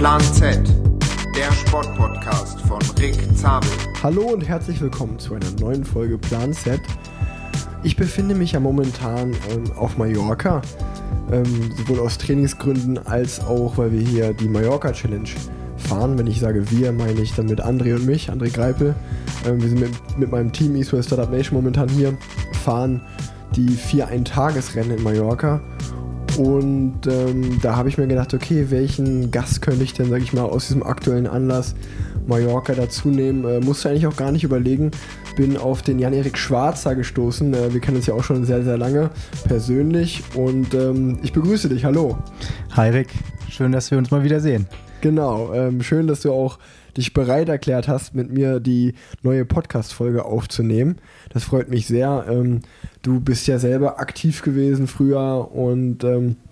Plan Z, der Sportpodcast von Rick Zabel. Hallo und herzlich willkommen zu einer neuen Folge Plan Z. Ich befinde mich ja momentan auf Mallorca, sowohl aus Trainingsgründen als auch, weil wir hier die Mallorca Challenge fahren. Wenn ich sage wir, meine ich dann mit André und mich, André Greipel. Wir sind mit meinem Team Eastwell Startup Nation momentan hier, fahren die 4 Eintagesrennen in Mallorca. Und da habe ich mir gedacht, okay, welchen Gast könnte ich denn, sage ich mal, aus diesem aktuellen Anlass Mallorca dazu nehmen? Musste eigentlich auch gar nicht überlegen. Bin auf den Jan-Erik Schwarzer gestoßen. Wir kennen uns ja auch schon sehr, sehr lange persönlich. Und ich begrüße dich. Hallo. Hi Rick, schön, dass wir uns mal wieder sehen. Genau, schön, dass du auch dich bereit erklärt hast, mit mir die neue Podcast-Folge aufzunehmen. Das freut mich sehr. Du bist ja selber aktiv gewesen früher und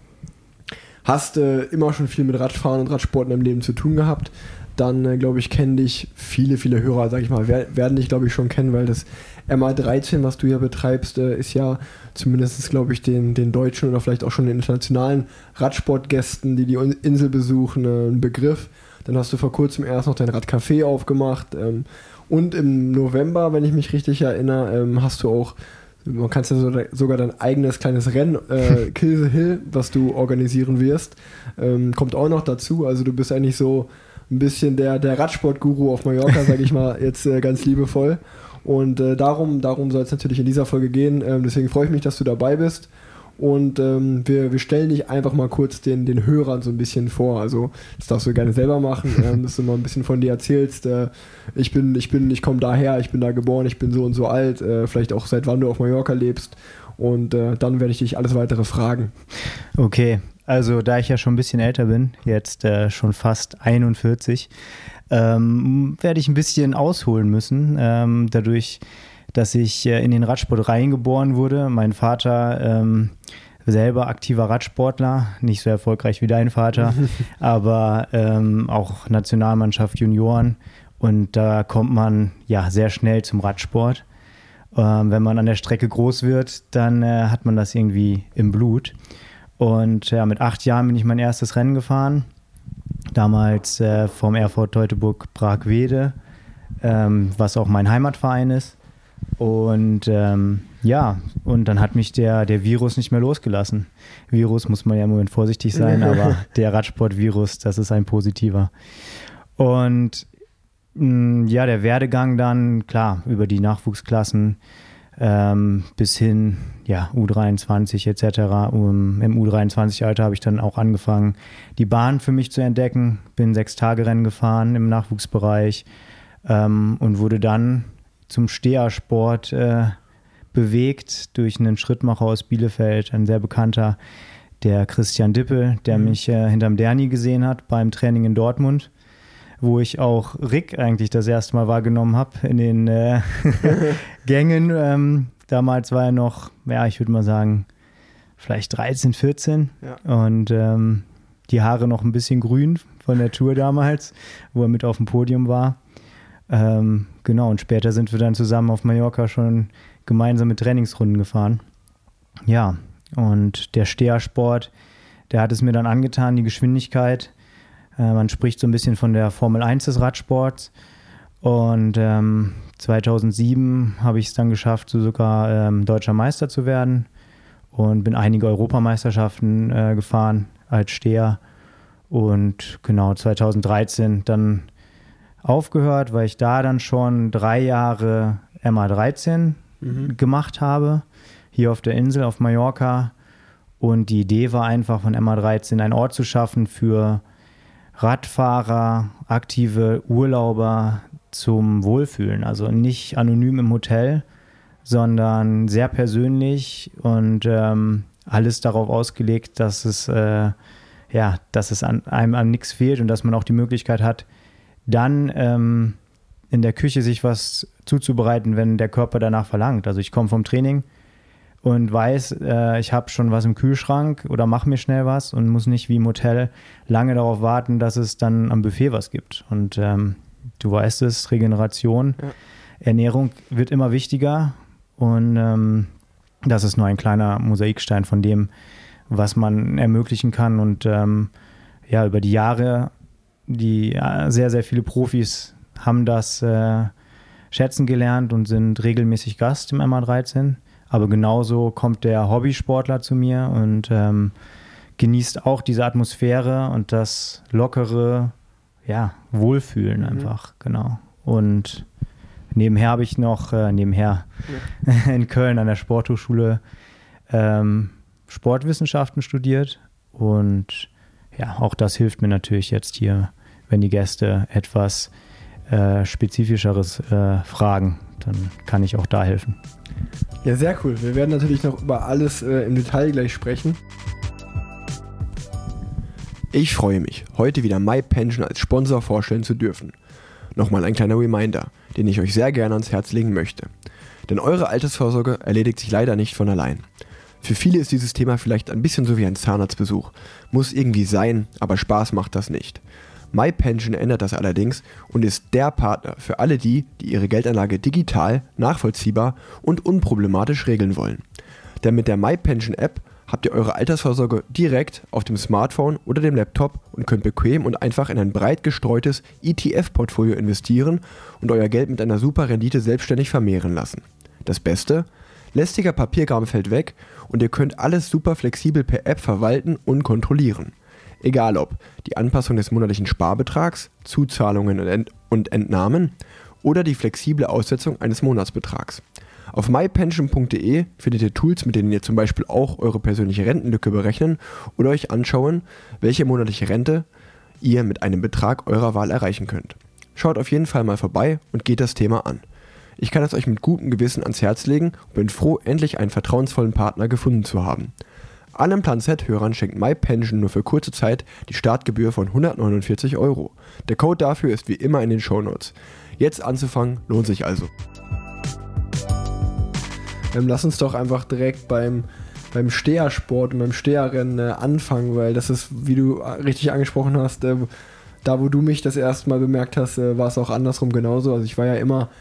hast immer schon viel mit Radfahren und Radsport in deinem Leben zu tun gehabt. Dann, glaube ich, kennen dich viele Hörer, sag ich mal, werden dich, glaube ich, schon kennen, weil das MA13, was du ja betreibst, ist ja zumindest, glaube ich, den deutschen oder vielleicht auch schon den internationalen Radsportgästen, die Insel besuchen, ein Begriff. Dann hast du vor kurzem erst noch dein Radcafé aufgemacht. Und im November, wenn ich mich richtig erinnere, hast du auch, man kann es ja sogar dein eigenes kleines Rennen, Kill the Hill, was du organisieren wirst, kommt auch noch dazu. Also du bist eigentlich so ein bisschen der Radsport-Guru auf Mallorca, sage ich mal jetzt ganz liebevoll. Und darum soll es natürlich in dieser Folge gehen. Deswegen freue ich mich, dass du dabei bist. Und wir stellen dich einfach mal kurz den Hörern so ein bisschen vor. Also das darfst du gerne selber machen, dass du mal ein bisschen von dir erzählst. Ich komme daher, ich bin da geboren, ich bin so und so alt, vielleicht auch seit wann du auf Mallorca lebst. Und dann werde ich dich alles weitere fragen. Okay, also da ich ja schon ein bisschen älter bin, jetzt schon fast 41, werde ich ein bisschen ausholen müssen, dadurch, dass ich in den Radsport reingeboren wurde. Mein Vater selber aktiver Radsportler, nicht so erfolgreich wie dein Vater, aber auch Nationalmannschaft Junioren. Und da kommt man ja sehr schnell zum Radsport. Wenn man an der Strecke groß wird, dann hat man das irgendwie im Blut. Und ja, mit 8 Jahren bin ich mein erstes Rennen gefahren. Damals vom Erfurt Teutoburg Prag-Wede, was auch mein Heimatverein ist. Und und dann hat mich der Virus nicht mehr losgelassen. Virus muss man ja im Moment vorsichtig sein, aber der Radsport-Virus, das ist ein positiver. Und der Werdegang dann, klar, über die Nachwuchsklassen bis hin, U23 etc. Im U23-Alter habe ich dann auch angefangen, die Bahn für mich zu entdecken. Bin 6-Tage-Rennen gefahren im Nachwuchsbereich und wurde dann zum Stehersport bewegt durch einen Schrittmacher aus Bielefeld, ein sehr bekannter, der Christian Dippel, der mich hinterm Derni gesehen hat beim Training in Dortmund, wo ich auch Rick eigentlich das erste Mal wahrgenommen habe in den Gängen. Damals war er noch, ich würde mal sagen, vielleicht 13, 14 und die Haare noch ein bisschen grün von der Tour damals, wo er mit auf dem Podium war. Und später sind wir dann zusammen auf Mallorca schon gemeinsam mit Trainingsrunden gefahren. Ja, und der Stehersport, der hat es mir dann angetan, die Geschwindigkeit. Man spricht so ein bisschen von der Formel 1 des Radsports. Und 2007 habe ich es dann geschafft, sogar deutscher Meister zu werden und bin einige Europameisterschaften gefahren als Steher. Und 2013 dann aufgehört, weil ich da dann schon 3 Jahre MA13 gemacht habe, hier auf der Insel, auf Mallorca. Und die Idee war einfach, von MA13 einen Ort zu schaffen für Radfahrer, aktive Urlauber zum Wohlfühlen. Also nicht anonym im Hotel, sondern sehr persönlich und alles darauf ausgelegt, dass es an einem an nichts fehlt und dass man auch die Möglichkeit hat, dann in der Küche sich was zuzubereiten, wenn der Körper danach verlangt. Also ich komme vom Training und weiß, ich habe schon was im Kühlschrank oder mache mir schnell was und muss nicht wie im Hotel lange darauf warten, dass es dann am Buffet was gibt. Und du weißt es, Regeneration, Ernährung wird immer wichtiger und das ist nur ein kleiner Mosaikstein von dem, was man ermöglichen kann. Und über die Jahre sehr, sehr viele Profis haben das schätzen gelernt und sind regelmäßig Gast im MA13. Aber genauso kommt der Hobbysportler zu mir und genießt auch diese Atmosphäre und das lockere Wohlfühlen einfach, genau. Und nebenher habe ich noch, in Köln an der Sporthochschule Sportwissenschaften studiert und ja, auch das hilft mir natürlich jetzt hier, wenn die Gäste etwas Spezifischeres fragen, dann kann ich auch da helfen. Ja, sehr cool. Wir werden natürlich noch über alles im Detail gleich sprechen. Ich freue mich, heute wieder MyPension als Sponsor vorstellen zu dürfen. Nochmal ein kleiner Reminder, den ich euch sehr gerne ans Herz legen möchte. Denn eure Altersvorsorge erledigt sich leider nicht von allein. Für viele ist dieses Thema vielleicht ein bisschen so wie ein Zahnarztbesuch. Muss irgendwie sein, aber Spaß macht das nicht. MyPension ändert das allerdings und ist der Partner für alle die ihre Geldanlage digital, nachvollziehbar und unproblematisch regeln wollen. Denn mit der MyPension-App habt ihr eure Altersvorsorge direkt auf dem Smartphone oder dem Laptop und könnt bequem und einfach in ein breit gestreutes ETF-Portfolio investieren und euer Geld mit einer super Rendite selbstständig vermehren lassen. Das Beste? Lästiger Papierkram fällt weg und ihr könnt alles super flexibel per App verwalten und kontrollieren. Egal ob die Anpassung des monatlichen Sparbetrags, Zuzahlungen und Entnahmen oder die flexible Aussetzung eines Monatsbetrags. Auf mypension.de findet ihr Tools, mit denen ihr zum Beispiel auch eure persönliche Rentenlücke berechnen oder euch anschauen, welche monatliche Rente ihr mit einem Betrag eurer Wahl erreichen könnt. Schaut auf jeden Fall mal vorbei und geht das Thema an. Ich kann es euch mit gutem Gewissen ans Herz legen und bin froh, endlich einen vertrauensvollen Partner gefunden zu haben. Allen Plan Z-Hörern schenkt MyPension nur für kurze Zeit die Startgebühr von 149 €. Der Code dafür ist wie immer in den Shownotes. Jetzt anzufangen lohnt sich also. Lass uns doch einfach direkt beim Stehersport und beim Steherrennen anfangen, weil das ist, wie du richtig angesprochen hast, da wo du mich das erste Mal bemerkt hast, war es auch andersrum genauso. Also ich war ja immer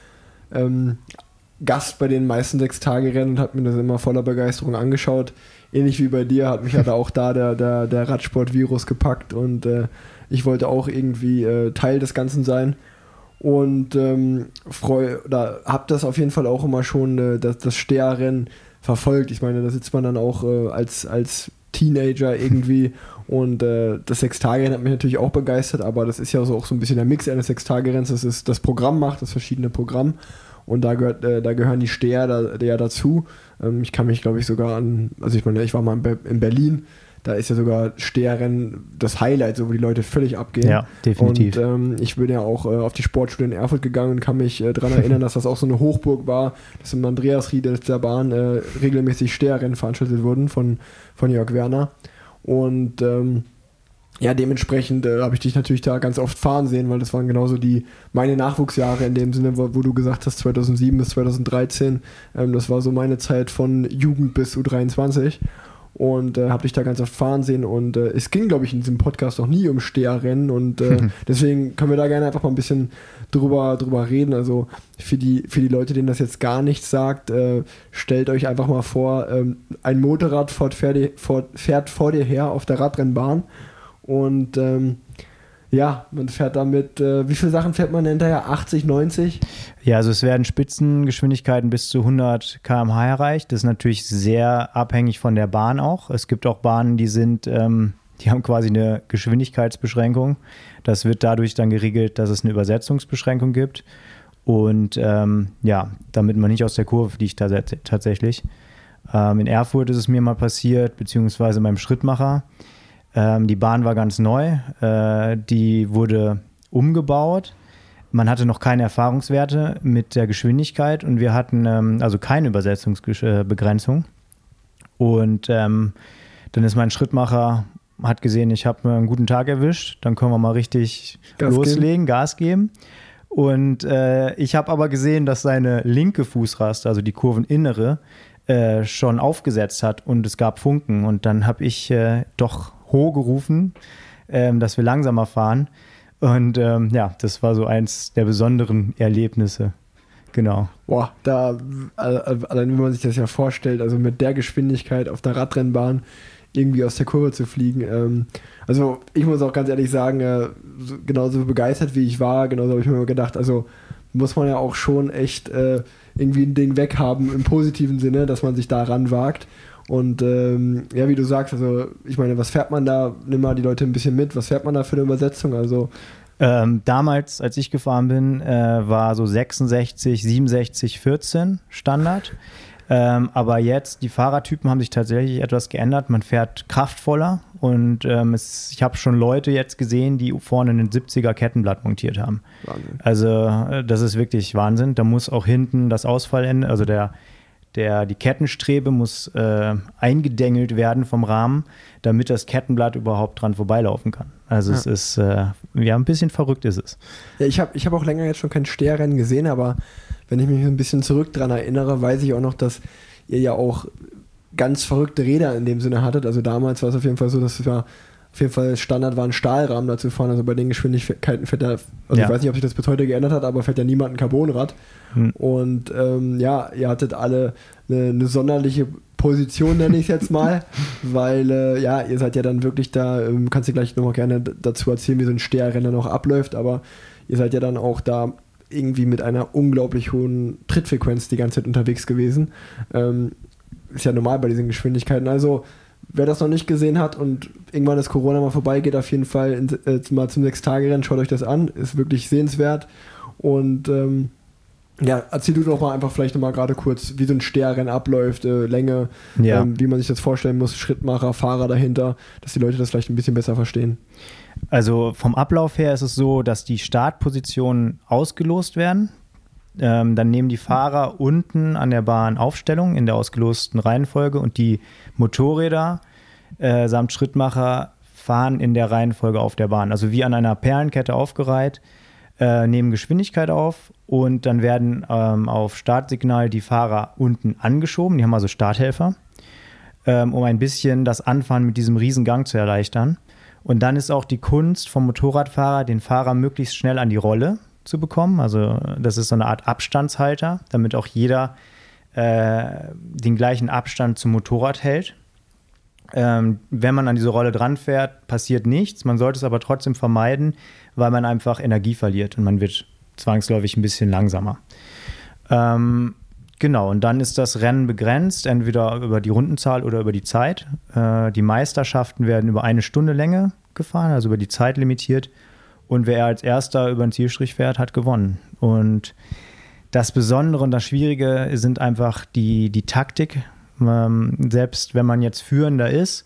Gast bei den meisten 6-Tage-Rennen und habe mir das immer voller Begeisterung angeschaut. Ähnlich wie bei dir hat mich ja auch da der Radsport-Virus gepackt und ich wollte auch irgendwie Teil des Ganzen sein. Und habe das auf jeden Fall auch immer schon das Steherrennen verfolgt. Ich meine, da sitzt man dann auch als Teenager irgendwie und das 6-Tage-Rennen hat mich natürlich auch begeistert, aber das ist ja auch so ein bisschen der Mix eines 6-Tage-Renns, das ist das Programm macht, das verschiedene Programm und da gehören die Steher dazu. Ich kann mich, glaube ich, sogar ich war mal in Berlin, da ist ja sogar Steherrennen das Highlight, so wo die Leute völlig abgehen. Ja, definitiv. Und ich bin ja auch auf die Sportschule in Erfurt gegangen und kann mich daran erinnern, dass das auch so eine Hochburg war, dass im Andreasried der Bahn regelmäßig Steherrennen veranstaltet wurden von Jörg Werner. Und dementsprechend habe ich dich natürlich da ganz oft fahren sehen, weil das waren genauso meine Nachwuchsjahre in dem Sinne, wo du gesagt hast, 2007 bis 2013, das war so meine Zeit von Jugend bis U23. Und habe dich da ganz oft fahren sehen und es ging, glaube ich, in diesem Podcast noch nie um Steherrennen und deswegen können wir da gerne einfach mal ein bisschen drüber reden. Also für die Leute, denen das jetzt gar nichts sagt, stellt euch einfach mal vor, ein Motorrad fährt vor dir her auf der Radrennbahn und man fährt damit, wie viele Sachen fährt man hinterher? 80, 90? Ja, also es werden Spitzengeschwindigkeiten bis zu 100 km/h erreicht. Das ist natürlich sehr abhängig von der Bahn auch. Es gibt auch Bahnen, die haben quasi eine Geschwindigkeitsbeschränkung. Das wird dadurch dann geregelt, dass es eine Übersetzungsbeschränkung gibt. Und damit man nicht aus der Kurve fliegt tatsächlich. In Erfurt ist es mir mal passiert, beziehungsweise beim Schrittmacher. Die Bahn war ganz neu, die wurde umgebaut. Man hatte noch keine Erfahrungswerte mit der Geschwindigkeit und wir hatten also keine Übersetzungsbegrenzung. Und dann ist mein Schrittmacher, hat gesehen, ich habe einen guten Tag erwischt, dann können wir mal richtig loslegen, Gas geben. Und ich habe aber gesehen, dass seine linke Fußraste, also die Kurveninnere, schon aufgesetzt hat und es gab Funken. Und dann habe ich doch hoch gerufen, dass wir langsamer fahren. Und das war so eins der besonderen Erlebnisse. Genau. Boah, allein wenn man sich das ja vorstellt, also mit der Geschwindigkeit auf der Radrennbahn irgendwie aus der Kurve zu fliegen. Also ich muss auch ganz ehrlich sagen, genauso begeistert wie ich war, genauso habe ich mir immer gedacht, also muss man ja auch schon echt irgendwie ein Ding weghaben im positiven Sinne, dass man sich da ranwagt. Und ja, wie du sagst, also ich meine, was fährt man da? Nimm mal die Leute ein bisschen mit. Was fährt man da für eine Übersetzung? Also damals, als ich gefahren bin, war so 66, 67, 14 Standard. Aber jetzt, die Fahrertypen haben sich tatsächlich etwas geändert. Man fährt kraftvoller und ich habe schon Leute jetzt gesehen, die vorne ein 70er Kettenblatt montiert haben. Wahnsinn. Also das ist wirklich Wahnsinn. Da muss auch hinten das Ausfallende, also die Kettenstrebe muss eingedengelt werden vom Rahmen, damit das Kettenblatt überhaupt dran vorbeilaufen kann. Also es ist, ja, ein bisschen verrückt ist es. Ja, ich hab auch länger jetzt schon kein Steherrennen gesehen, aber wenn ich mich ein bisschen zurück dran erinnere, weiß ich auch noch, dass ihr ja auch ganz verrückte Räder in dem Sinne hattet. Also damals war es auf jeden Fall so, dass es ja auf jeden Fall Standard war, ein Stahlrahmen dazu fahren. Also bei den Geschwindigkeiten fährt ja, also ich weiß nicht, ob sich das bis heute geändert hat, aber fährt ja niemand ein Carbonrad. Und ja, ihr hattet alle eine sonderliche Position, nenne ich es jetzt mal, weil ja, ihr seid ja dann wirklich da, kannst du gleich nochmal gerne dazu erzählen, wie so ein Steherrennen noch abläuft, aber ihr seid ja dann auch da irgendwie mit einer unglaublich hohen Trittfrequenz die ganze Zeit unterwegs gewesen. Ist ja normal bei diesen Geschwindigkeiten. Also, wer das noch nicht gesehen hat und irgendwann das Corona mal vorbei geht, auf jeden Fall mal zum 6-Tage-Rennen, schaut euch das an. Ist wirklich sehenswert. Und ja, erzähl du doch mal einfach vielleicht nochmal gerade kurz, wie so ein Steherrennen abläuft, Länge, wie man sich das vorstellen muss, Schrittmacher, Fahrer dahinter, dass die Leute das vielleicht ein bisschen besser verstehen. Also vom Ablauf her ist es so, dass die Startpositionen ausgelost werden. Dann nehmen die Fahrer unten an der Bahn Aufstellung in der ausgelosten Reihenfolge und die Motorräder samt Schrittmacher fahren in der Reihenfolge auf der Bahn. Also wie an einer Perlenkette aufgereiht, nehmen Geschwindigkeit auf und dann werden auf Startsignal die Fahrer unten angeschoben. Die haben also Starthelfer, um ein bisschen das Anfahren mit diesem Riesengang zu erleichtern. Und dann ist auch die Kunst vom Motorradfahrer, den Fahrer möglichst schnell an die Rolle zu bekommen. Also das ist so eine Art Abstandshalter, damit auch jeder den gleichen Abstand zum Motorrad hält. Wenn man an diese Rolle dran fährt, passiert nichts. Man sollte es aber trotzdem vermeiden, weil man einfach Energie verliert und man wird zwangsläufig ein bisschen langsamer. Genau, und dann ist das Rennen begrenzt, entweder über die Rundenzahl oder über die Zeit. Die Meisterschaften werden über 1 Stunde Länge gefahren, also über die Zeit limitiert. Und wer als Erster über den Zielstrich fährt, hat gewonnen. Und das Besondere und das Schwierige sind einfach die Taktik. Selbst wenn man jetzt Führender ist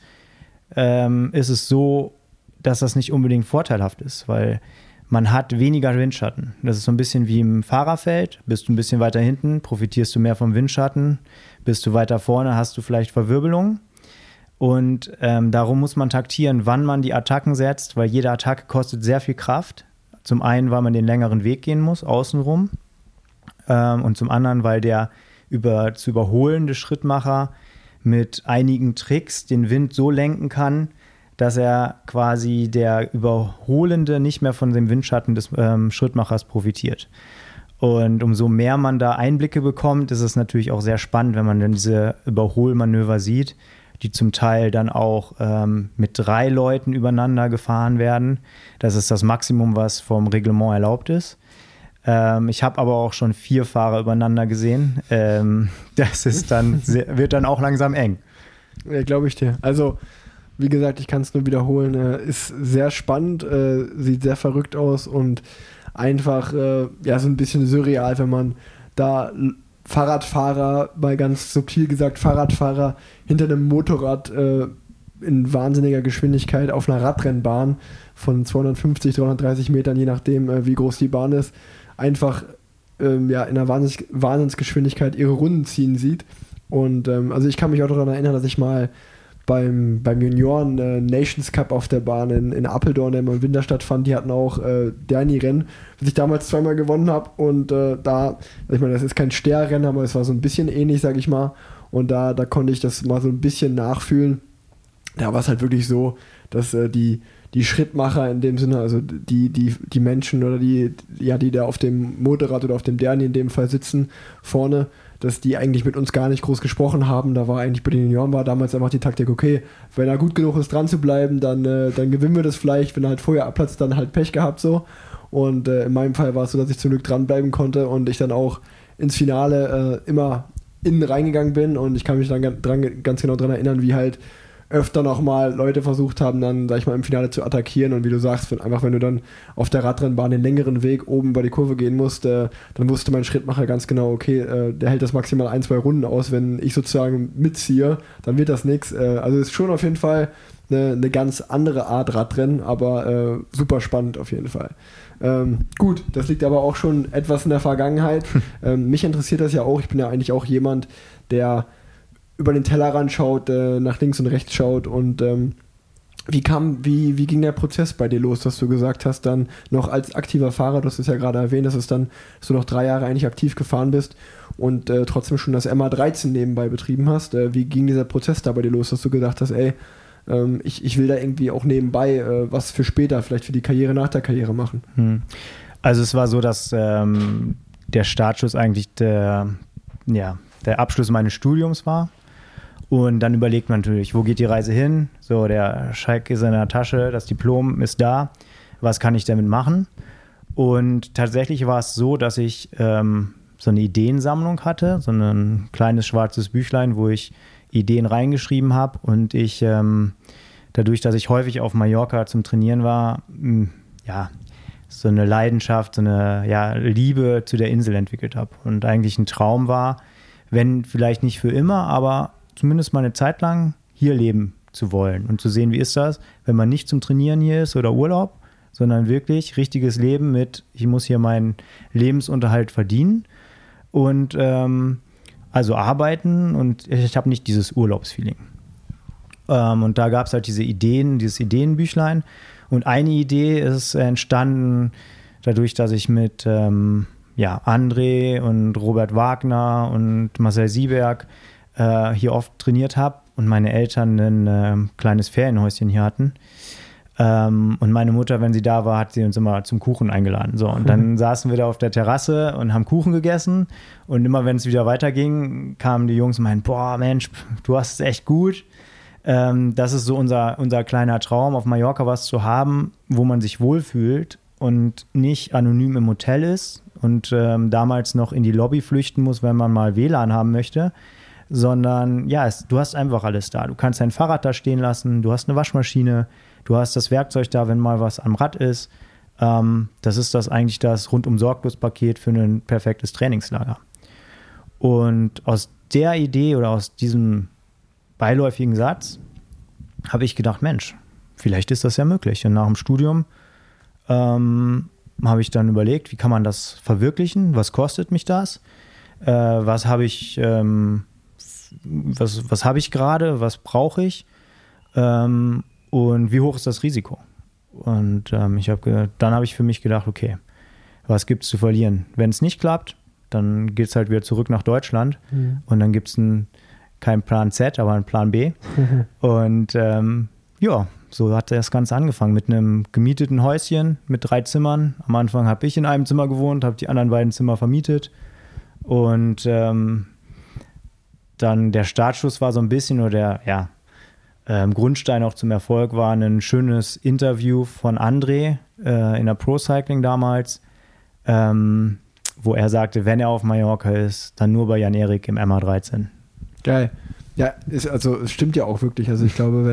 es so, dass das nicht unbedingt vorteilhaft ist, weil man hat weniger Windschatten. Das ist so ein bisschen wie im Fahrerfeld. Bist du ein bisschen weiter hinten, profitierst du mehr vom Windschatten. Bist du weiter vorne, hast du vielleicht Verwirbelung. Und darum muss man taktieren, wann man die Attacken setzt, weil jede Attacke kostet sehr viel Kraft. Zum einen, weil man den längeren Weg gehen muss, außenrum. Und zum anderen, weil der zu überholende Schrittmacher mit einigen Tricks den Wind so lenken kann, dass er quasi der Überholende nicht mehr von dem Windschatten des Schrittmachers profitiert. Und umso mehr man da Einblicke bekommt, ist es natürlich auch sehr spannend, wenn man dann diese Überholmanöver sieht, die zum Teil dann auch mit 3 Leuten übereinander gefahren werden. Das ist das Maximum, was vom Reglement erlaubt ist. Ich habe aber auch schon 4 Fahrer übereinander gesehen. Das ist wird dann auch langsam eng. Ja, glaube ich dir. Also, wie gesagt, ich kann es nur wiederholen. Ist sehr spannend, sieht sehr verrückt aus und einfach ja, so ein bisschen surreal, wenn man da Fahrradfahrer, mal ganz subtil gesagt, Fahrradfahrer hinter einem Motorrad in wahnsinniger Geschwindigkeit auf einer Radrennbahn von 250, 330 Metern, je nachdem, wie groß die Bahn ist, einfach ja, in einer Wahnsinnsgeschwindigkeit ihre Runden ziehen sieht. Und also ich kann mich auch daran erinnern, dass ich mal beim Junioren Nations Cup auf der Bahn in Apeldoorn, der immer im Winter stattfand, die hatten auch Derni-Rennen, was ich damals 2-mal gewonnen habe. Und ich meine, das ist kein Steherrennen, aber es war so ein bisschen ähnlich, sag ich mal. Und da konnte ich das mal so ein bisschen nachfühlen. Da war es halt wirklich so, dass die Schrittmacher in dem Sinne, also die Menschen oder die da auf dem Motorrad oder auf dem Derni in dem Fall sitzen, vorne, dass die eigentlich mit uns gar nicht groß gesprochen haben. Da war eigentlich bei den Junioren war damals einfach die Taktik, okay, wenn er gut genug ist, dran zu bleiben, dann gewinnen wir das vielleicht. Wenn er halt vorher abplatzt, dann halt Pech gehabt so. Und in meinem Fall war es so, dass ich zum Glück dranbleiben konnte und ich dann auch ins Finale immer innen reingegangen bin. Und ich kann mich dann ganz genau daran erinnern, wie halt öfter nochmal Leute versucht haben, dann, sag ich mal, im Finale zu attackieren. Und wie du sagst, wenn du dann auf der Radrennbahn den längeren Weg oben über die Kurve gehen musst, dann wusste mein Schrittmacher ganz genau, okay, der hält das maximal 1-2 Runden aus. Wenn ich sozusagen mitziehe, dann wird das nichts. Also ist schon auf jeden Fall eine ganz andere Art Radrennen, aber super spannend auf jeden Fall. Gut, das liegt aber auch schon etwas in der Vergangenheit. Mich interessiert das ja auch. Ich bin ja eigentlich auch jemand, der über den Tellerrand schaut, nach links und rechts schaut und wie ging der Prozess bei dir los, dass du gesagt hast, dann noch als aktiver Fahrer, du hast es ja gerade erwähnt, dass du noch 3 Jahre eigentlich aktiv gefahren bist und trotzdem schon das MA13 nebenbei betrieben hast. Wie ging dieser Prozess da bei dir los, dass du gedacht hast, ey, ich will da irgendwie auch nebenbei was für später, vielleicht für die Karriere nach der Karriere machen? Also es war so, dass der Startschuss eigentlich der Abschluss meines Studiums war. Und dann überlegt man natürlich, wo geht die Reise hin? So, der Scheik ist in der Tasche, das Diplom ist da. Was kann ich damit machen? Und tatsächlich war es so, dass ich so eine Ideensammlung hatte, so ein kleines schwarzes Büchlein, wo ich Ideen reingeschrieben habe. Und ich, dadurch, dass ich häufig auf Mallorca zum Trainieren war, so eine Leidenschaft, so eine Liebe zu der Insel entwickelt habe. Und eigentlich ein Traum war, wenn vielleicht nicht für immer, aber zumindest mal eine Zeit lang hier leben zu wollen und zu sehen, wie ist das, wenn man nicht zum Trainieren hier ist oder Urlaub, sondern wirklich richtiges Leben mit, ich muss hier meinen Lebensunterhalt verdienen und also arbeiten und ich habe nicht dieses Urlaubsfeeling. Und da gab es halt dieses Ideenbüchlein und eine Idee ist entstanden dadurch, dass ich mit André und Robert Wagner und Marcel Sieberg hier oft trainiert habe und meine Eltern ein kleines Ferienhäuschen hier hatten. Und meine Mutter, wenn sie da war, hat sie uns immer zum Kuchen eingeladen. So, und dann saßen wir da auf der Terrasse und haben Kuchen gegessen. Und immer, wenn es wieder weiterging, kamen die Jungs und meinten, boah, Mensch, du hast es echt gut. Das ist so unser kleiner Traum, auf Mallorca was zu haben, wo man sich wohlfühlt und nicht anonym im Hotel ist und damals noch in die Lobby flüchten muss, wenn man mal WLAN haben möchte, sondern du hast einfach alles da. Du kannst dein Fahrrad da stehen lassen, du hast eine Waschmaschine, du hast das Werkzeug da, wenn mal was am Rad ist. Das ist eigentlich das Rundum-Sorglos-Paket für ein perfektes Trainingslager. Und aus der Idee oder aus diesem beiläufigen Satz habe ich gedacht, Mensch, vielleicht ist das ja möglich. Und nach dem Studium habe ich dann überlegt, wie kann man das verwirklichen? Was kostet mich das? Was habe ich gerade? Was brauche ich? Und wie hoch ist das Risiko? Und dann habe ich für mich gedacht, okay, was gibt es zu verlieren? Wenn es nicht klappt, dann geht es halt wieder zurück nach Deutschland und dann gibt es keinen Plan Z, aber einen Plan B. Und so hat das Ganze angefangen mit einem gemieteten Häuschen mit 3 Zimmern. Am Anfang habe ich in einem Zimmer gewohnt, habe die anderen beiden Zimmer vermietet und dann der Startschuss war so ein bisschen oder der Grundstein auch zum Erfolg war ein schönes Interview von André in der Pro Cycling damals, wo er sagte, wenn er auf Mallorca ist, dann nur bei Jan-Erik im MA13. Geil. Ja, es stimmt ja auch wirklich. Also ich glaube,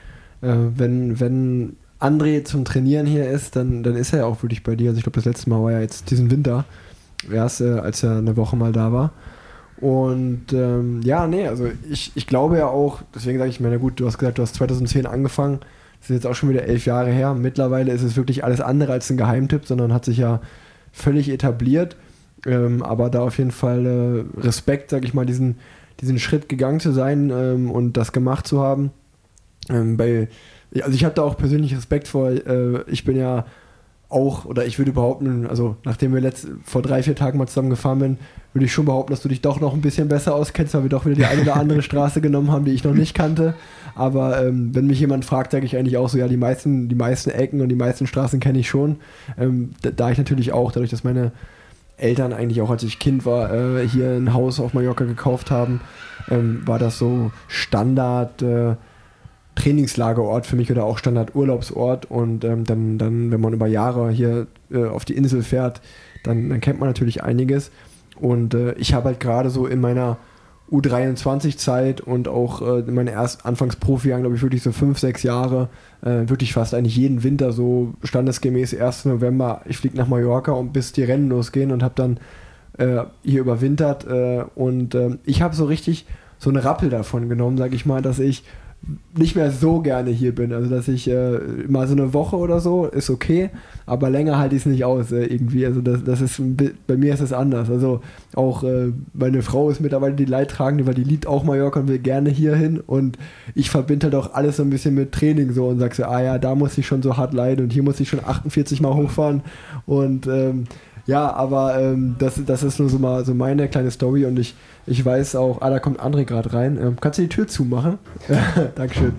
wenn André zum Trainieren hier ist, dann ist er ja auch wirklich bei dir. Also ich glaube, das letzte Mal war ja jetzt diesen Winter erst, als er eine Woche mal da war. Und also ich glaube ja auch, deswegen sage ich mir, na gut, du hast gesagt, du hast 2010 angefangen, das ist jetzt auch schon wieder 11 Jahre her. Mittlerweile ist es wirklich alles andere als ein Geheimtipp, sondern hat sich ja völlig etabliert. Aber da auf jeden Fall Respekt, sage ich mal, diesen Schritt gegangen zu sein und das gemacht zu haben. Also ich habe da auch persönlich Respekt vor. Ich bin ja auch, oder ich würde behaupten, also nachdem wir vor 3-4 Tagen mal zusammen gefahren sind, würde ich schon behaupten, dass du dich doch noch ein bisschen besser auskennst, weil wir doch wieder die eine oder andere Straße genommen haben, die ich noch nicht kannte. Aber wenn mich jemand fragt, sage ich eigentlich auch so, ja, die meisten Ecken und die meisten Straßen kenne ich schon. Da ich natürlich auch, dadurch, dass meine Eltern eigentlich auch, als ich Kind war, hier ein Haus auf Mallorca gekauft haben, war das so Standard Trainingslagerort für mich oder auch Standard-Urlaubsort. Und dann, wenn man über Jahre hier auf die Insel fährt, dann kennt man natürlich einiges. Und ich habe halt gerade so in meiner U23-Zeit und auch in meinen Anfangs-Profi-Jahren, glaube ich, wirklich so 5-6 Jahre, wirklich fast eigentlich jeden Winter so standesgemäß 1. November, ich fliege nach Mallorca und bis die Rennen losgehen und habe dann hier überwintert. Und ich habe so richtig so einen Rappel davon genommen, sage ich mal, dass ich nicht mehr so gerne hier bin. Also, dass ich mal so eine Woche oder so ist okay, aber länger halte ich es nicht aus irgendwie. Also, das ist, bei mir ist es anders. Also, auch meine Frau ist mittlerweile die Leidtragende, weil die liebt auch Mallorca und will gerne hier hin. Und ich verbinde halt auch alles so ein bisschen mit Training so und sage so, ja, da muss ich schon so hart leiden und hier muss ich schon 48 Mal hochfahren. Und ja, aber das ist nur so meine kleine Story und ich weiß auch, da kommt André gerade rein. Kannst du die Tür zumachen? Dankeschön.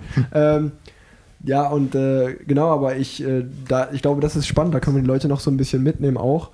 Ja, und genau, aber ich glaube, das ist spannend, da können wir die Leute noch so ein bisschen mitnehmen auch.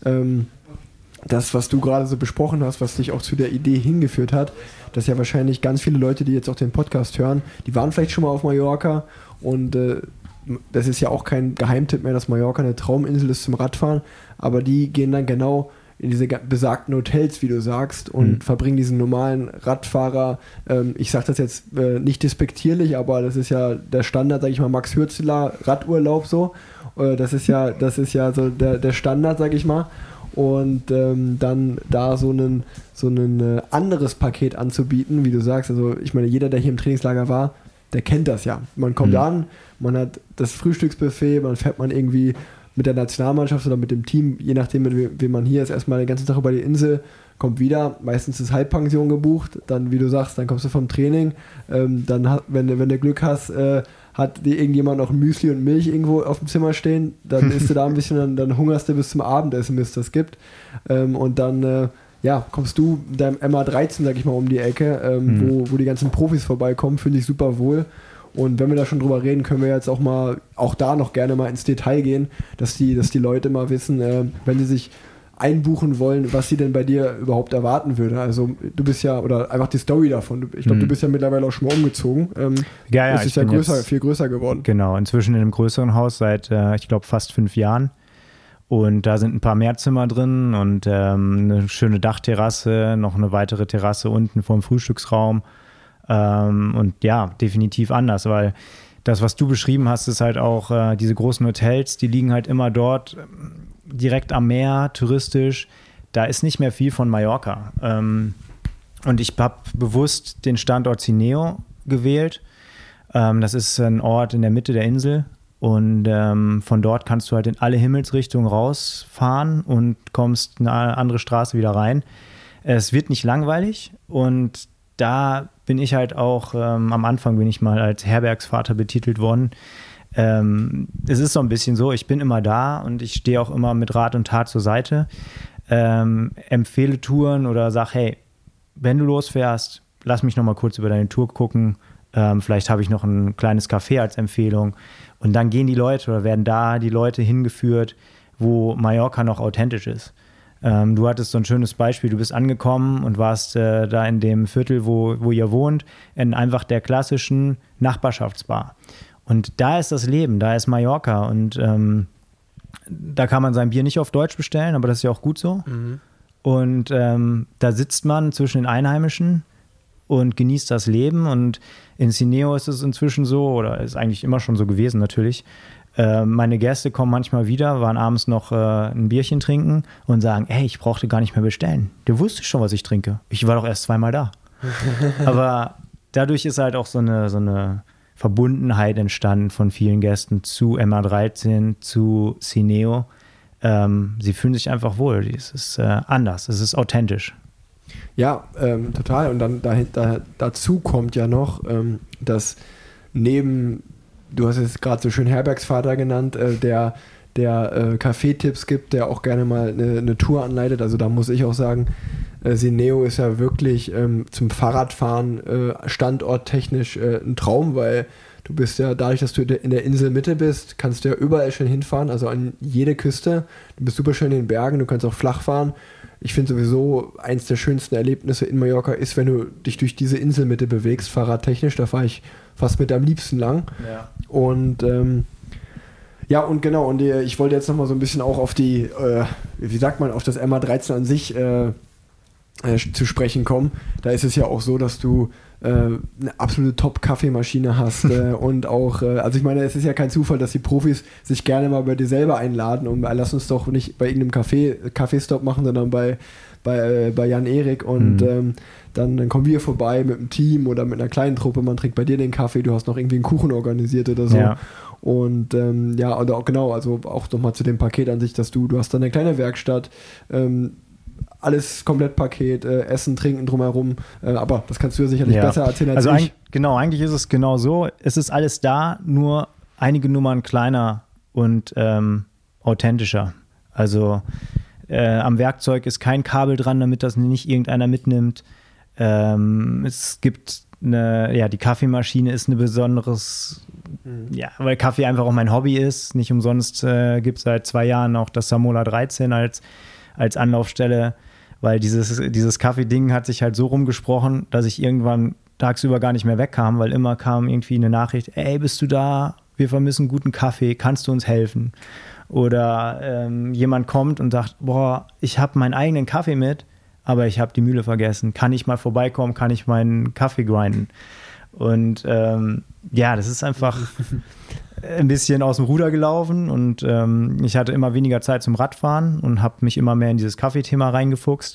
Das, was du gerade so besprochen hast, was dich auch zu der Idee hingeführt hat, dass ja wahrscheinlich ganz viele Leute, die jetzt auch den Podcast hören, die waren vielleicht schon mal auf Mallorca und das ist ja auch kein Geheimtipp mehr, dass Mallorca eine Trauminsel ist zum Radfahren, aber die gehen dann genau in diese besagten Hotels, wie du sagst, und verbringen diesen normalen Radfahrer, ich sage das jetzt nicht despektierlich, aber das ist ja der Standard, sage ich mal, Max Hürzeler Radurlaub so, das ist ja so der Standard, sage ich mal, und dann da so ein anderes Paket anzubieten, wie du sagst, also ich meine, jeder, der hier im Trainingslager war, der kennt das ja. Man kommt an, man hat das Frühstücksbuffet, man fährt man irgendwie mit der Nationalmannschaft oder mit dem Team, je nachdem, mit wem man hier ist, erstmal den ganzen Tag über die Insel, kommt wieder, meistens ist Halbpension gebucht, dann, wie du sagst, dann kommst du vom Training, dann, wenn du Glück hast, hat dir irgendjemand noch Müsli und Milch irgendwo auf dem Zimmer stehen, dann isst du da ein bisschen, dann hungerst du bis zum Abendessen, bis es das gibt, und dann kommst du mit deinem MA13, sag ich mal, um die Ecke, wo die ganzen Profis vorbeikommen, finde ich super wohl. Und wenn wir da schon drüber reden, können wir jetzt auch da noch gerne mal ins Detail gehen, dass die Leute mal wissen, wenn sie sich einbuchen wollen, was sie denn bei dir überhaupt erwarten würde. Also du bist ja, oder einfach die Story davon, ich glaube, du bist ja mittlerweile auch schon mal umgezogen. Es ist ja viel größer geworden. Genau, inzwischen in einem größeren Haus seit, ich glaube, fast 5 Jahren. Und da sind ein paar Mehrzimmer drin und eine schöne Dachterrasse, noch eine weitere Terrasse unten vorm Frühstücksraum. Und ja, definitiv anders, weil das, was du beschrieben hast, ist halt auch diese großen Hotels, die liegen halt immer dort direkt am Meer, touristisch. Da ist nicht mehr viel von Mallorca. Und ich habe bewusst den Standort Cineo gewählt. Das ist ein Ort in der Mitte der Insel. Und von dort kannst du halt in alle Himmelsrichtungen rausfahren und kommst eine andere Straße wieder rein. Es wird nicht langweilig und da bin ich halt auch, am Anfang bin ich mal als Herbergsvater betitelt worden. Es ist so ein bisschen so, ich bin immer da und ich stehe auch immer mit Rat und Tat zur Seite, empfehle Touren oder sag, hey, wenn du losfährst, lass mich noch mal kurz über deine Tour gucken, vielleicht habe ich noch ein kleines Café als Empfehlung und dann gehen die Leute oder werden da die Leute hingeführt, wo Mallorca noch authentisch ist. Du hattest so ein schönes Beispiel, du bist angekommen und warst da in dem Viertel, wo ihr wohnt, in einfach der klassischen Nachbarschaftsbar. Und da ist das Leben, da ist Mallorca und da kann man sein Bier nicht auf Deutsch bestellen, aber das ist ja auch gut so. Mhm. Und da sitzt man zwischen den Einheimischen und genießt das Leben und in Cineo ist es inzwischen so, oder ist eigentlich immer schon so gewesen natürlich, meine Gäste kommen manchmal wieder, waren abends noch ein Bierchen trinken und sagen, hey, ich brauchte gar nicht mehr bestellen. Du wusstest schon, was ich trinke. Ich war doch erst 2-mal da. Aber dadurch ist halt auch so eine Verbundenheit entstanden von vielen Gästen zu MA13, zu Cineo. Sie fühlen sich einfach wohl. Es ist anders, es ist authentisch. Ja, total. Und dann dazu kommt ja noch, dass neben, du hast es gerade so schön Herbergsvater genannt, der Café-Tipps gibt, der auch gerne mal eine Tour anleitet. Also da muss ich auch sagen, Cineo ist ja wirklich zum Fahrradfahren standorttechnisch ein Traum, weil du bist ja, dadurch, dass du in der Inselmitte bist, kannst du ja überall schön hinfahren, also an jede Küste. Du bist super schön in den Bergen, du kannst auch flach fahren. Ich finde sowieso, eins der schönsten Erlebnisse in Mallorca ist, wenn du dich durch diese Inselmitte bewegst, fahrradtechnisch, da fahre ich fast mit am liebsten lang. Ja. Und und genau, und ich wollte jetzt nochmal so ein bisschen auch auf die, wie sagt man, auf das MA13 an sich zu sprechen kommen. Da ist es ja auch so, dass du eine absolute Top-Kaffeemaschine hast und auch, also ich meine, es ist ja kein Zufall, dass die Profis sich gerne mal bei dir selber einladen und lass uns doch nicht bei irgendeinem Kaffeestopp machen, sondern bei Jan-Erik und dann kommen wir vorbei mit einem Team oder mit einer kleinen Truppe, man trinkt bei dir den Kaffee, du hast noch irgendwie einen Kuchen organisiert oder so. Ja. Und oder auch genau, also auch nochmal zu dem Paket an sich, dass du hast dann eine kleine Werkstatt, alles komplett Paket, Essen, Trinken drumherum, aber das kannst du ja sicherlich besser erzählen als ich. Eigentlich ist es genau so, es ist alles da, nur einige Nummern kleiner und authentischer. Also am Werkzeug ist kein Kabel dran, damit das nicht irgendeiner mitnimmt. Es gibt die Kaffeemaschine ist eine besonderes, weil Kaffee einfach auch mein Hobby ist. Nicht umsonst gibt es seit 2 Jahren auch das Samola 13 als Anlaufstelle, weil dieses Kaffee-Ding hat sich halt so rumgesprochen, dass ich irgendwann tagsüber gar nicht mehr wegkam, weil immer kam irgendwie eine Nachricht, ey, bist du da? Wir vermissen guten Kaffee, kannst du uns helfen? Oder jemand kommt und sagt, boah, ich habe meinen eigenen Kaffee mit, aber ich habe die Mühle vergessen. Kann ich mal vorbeikommen? Kann ich meinen Kaffee grinden? Und das ist einfach ein bisschen aus dem Ruder gelaufen und ich hatte immer weniger Zeit zum Radfahren und habe mich immer mehr in dieses Kaffeethema reingefuchst.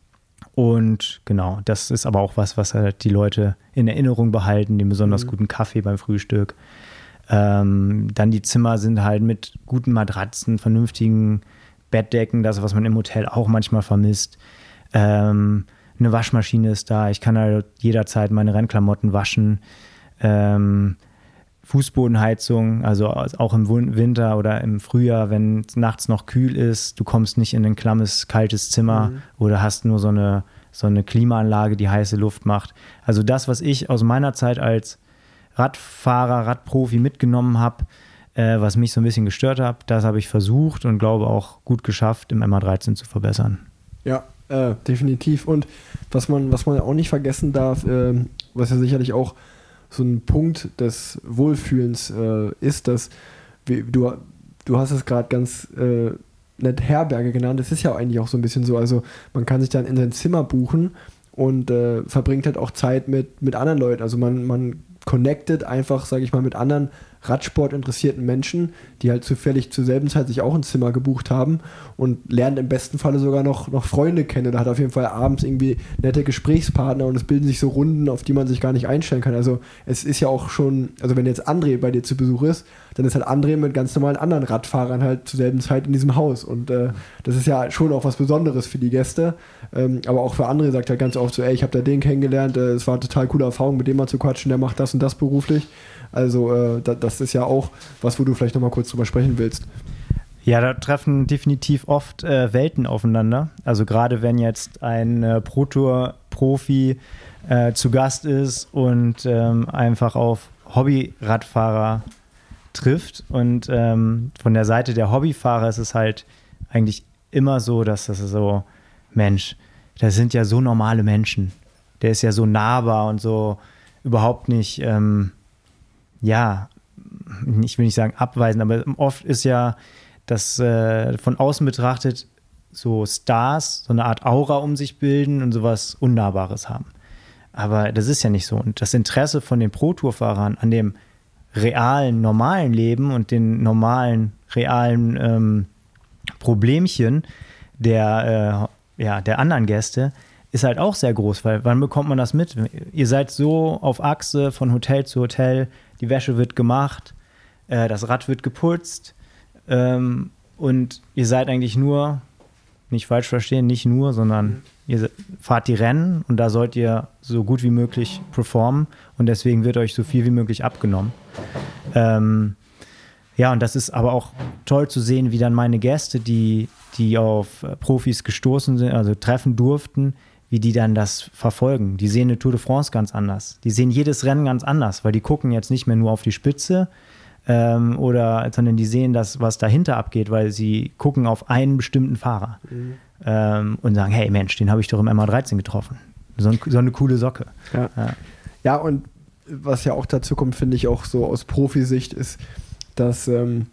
Und genau, das ist aber auch was halt die Leute in Erinnerung behalten, den besonders guten Kaffee beim Frühstück. Dann die Zimmer sind halt mit guten Matratzen, vernünftigen Bettdecken, das, was man im Hotel auch manchmal vermisst. Eine Waschmaschine ist da, ich kann halt jederzeit meine Rennklamotten waschen. Fußbodenheizung, also auch im Winter oder im Frühjahr, wenn es nachts noch kühl ist, du kommst nicht in ein klammes, kaltes Zimmer oder hast nur so eine Klimaanlage, die heiße Luft macht. Also das, was ich aus meiner Zeit als Radfahrer, Radprofi mitgenommen habe, was mich so ein bisschen gestört hat, das habe ich versucht und glaube auch gut geschafft, im MA13 zu verbessern. Ja, definitiv. Und was man auch nicht vergessen darf, was ja sicherlich auch so ein Punkt des Wohlfühlens ist, dass du hast es gerade ganz nett Herberge genannt, das ist ja eigentlich auch so ein bisschen so, also man kann sich dann in sein Zimmer buchen und verbringt halt auch Zeit mit anderen Leuten, also man connected einfach, sage ich mal, mit anderen Radsport-interessierten Menschen, die halt zufällig zur selben Zeit sich auch ein Zimmer gebucht haben und lernt im besten Falle sogar noch Freunde kennen oder hat auf jeden Fall abends irgendwie nette Gesprächspartner und es bilden sich so Runden, auf die man sich gar nicht einstellen kann. Also es ist ja auch schon, also wenn jetzt André bei dir zu Besuch ist, dann ist halt André mit ganz normalen anderen Radfahrern halt zur selben Zeit in diesem Haus und das ist ja schon auch was Besonderes für die Gäste, aber auch für André sagt halt ganz oft so, ey, ich habe da den kennengelernt, es war eine total coole Erfahrung, mit dem mal zu quatschen, der macht das und das beruflich. Also das ist ja auch was, wo du vielleicht nochmal kurz drüber sprechen willst. Ja, da treffen definitiv oft Welten aufeinander. Also gerade wenn jetzt ein Pro-Tour-Profi zu Gast ist und einfach auf Hobby-Radfahrer trifft. Und von der Seite der Hobbyfahrer ist es halt eigentlich immer so, dass das so, Mensch, das sind ja so normale Menschen. Der ist ja so nahbar und so überhaupt nicht... ich will nicht sagen abweisen, aber oft ist ja das von außen betrachtet so Stars so eine Art Aura um sich bilden und sowas Unnahbares haben. Aber das ist ja nicht so. Und das Interesse von den Pro-Tour-Fahrern an dem realen, normalen Leben und den normalen, realen Problemchen der anderen Gäste ist halt auch sehr groß, weil wann bekommt man das mit? Ihr seid so auf Achse von Hotel zu Hotel, die Wäsche wird gemacht, das Rad wird geputzt und ihr seid eigentlich nur, nicht falsch verstehen, nicht nur, sondern ihr fahrt die Rennen und da sollt ihr so gut wie möglich performen und deswegen wird euch so viel wie möglich abgenommen. Und das ist aber auch toll zu sehen, wie dann meine Gäste, die auf Profis gestoßen sind, also treffen durften, wie die dann das verfolgen. Die sehen eine Tour de France ganz anders. Die sehen jedes Rennen ganz anders, weil die gucken jetzt nicht mehr nur auf die Spitze, sondern die sehen das, was dahinter abgeht, weil sie gucken auf einen bestimmten Fahrer und sagen, hey Mensch, den habe ich doch im MA13 getroffen. So eine coole Socke. Ja, und was ja auch dazu kommt, finde ich auch so aus Profisicht, ist, dass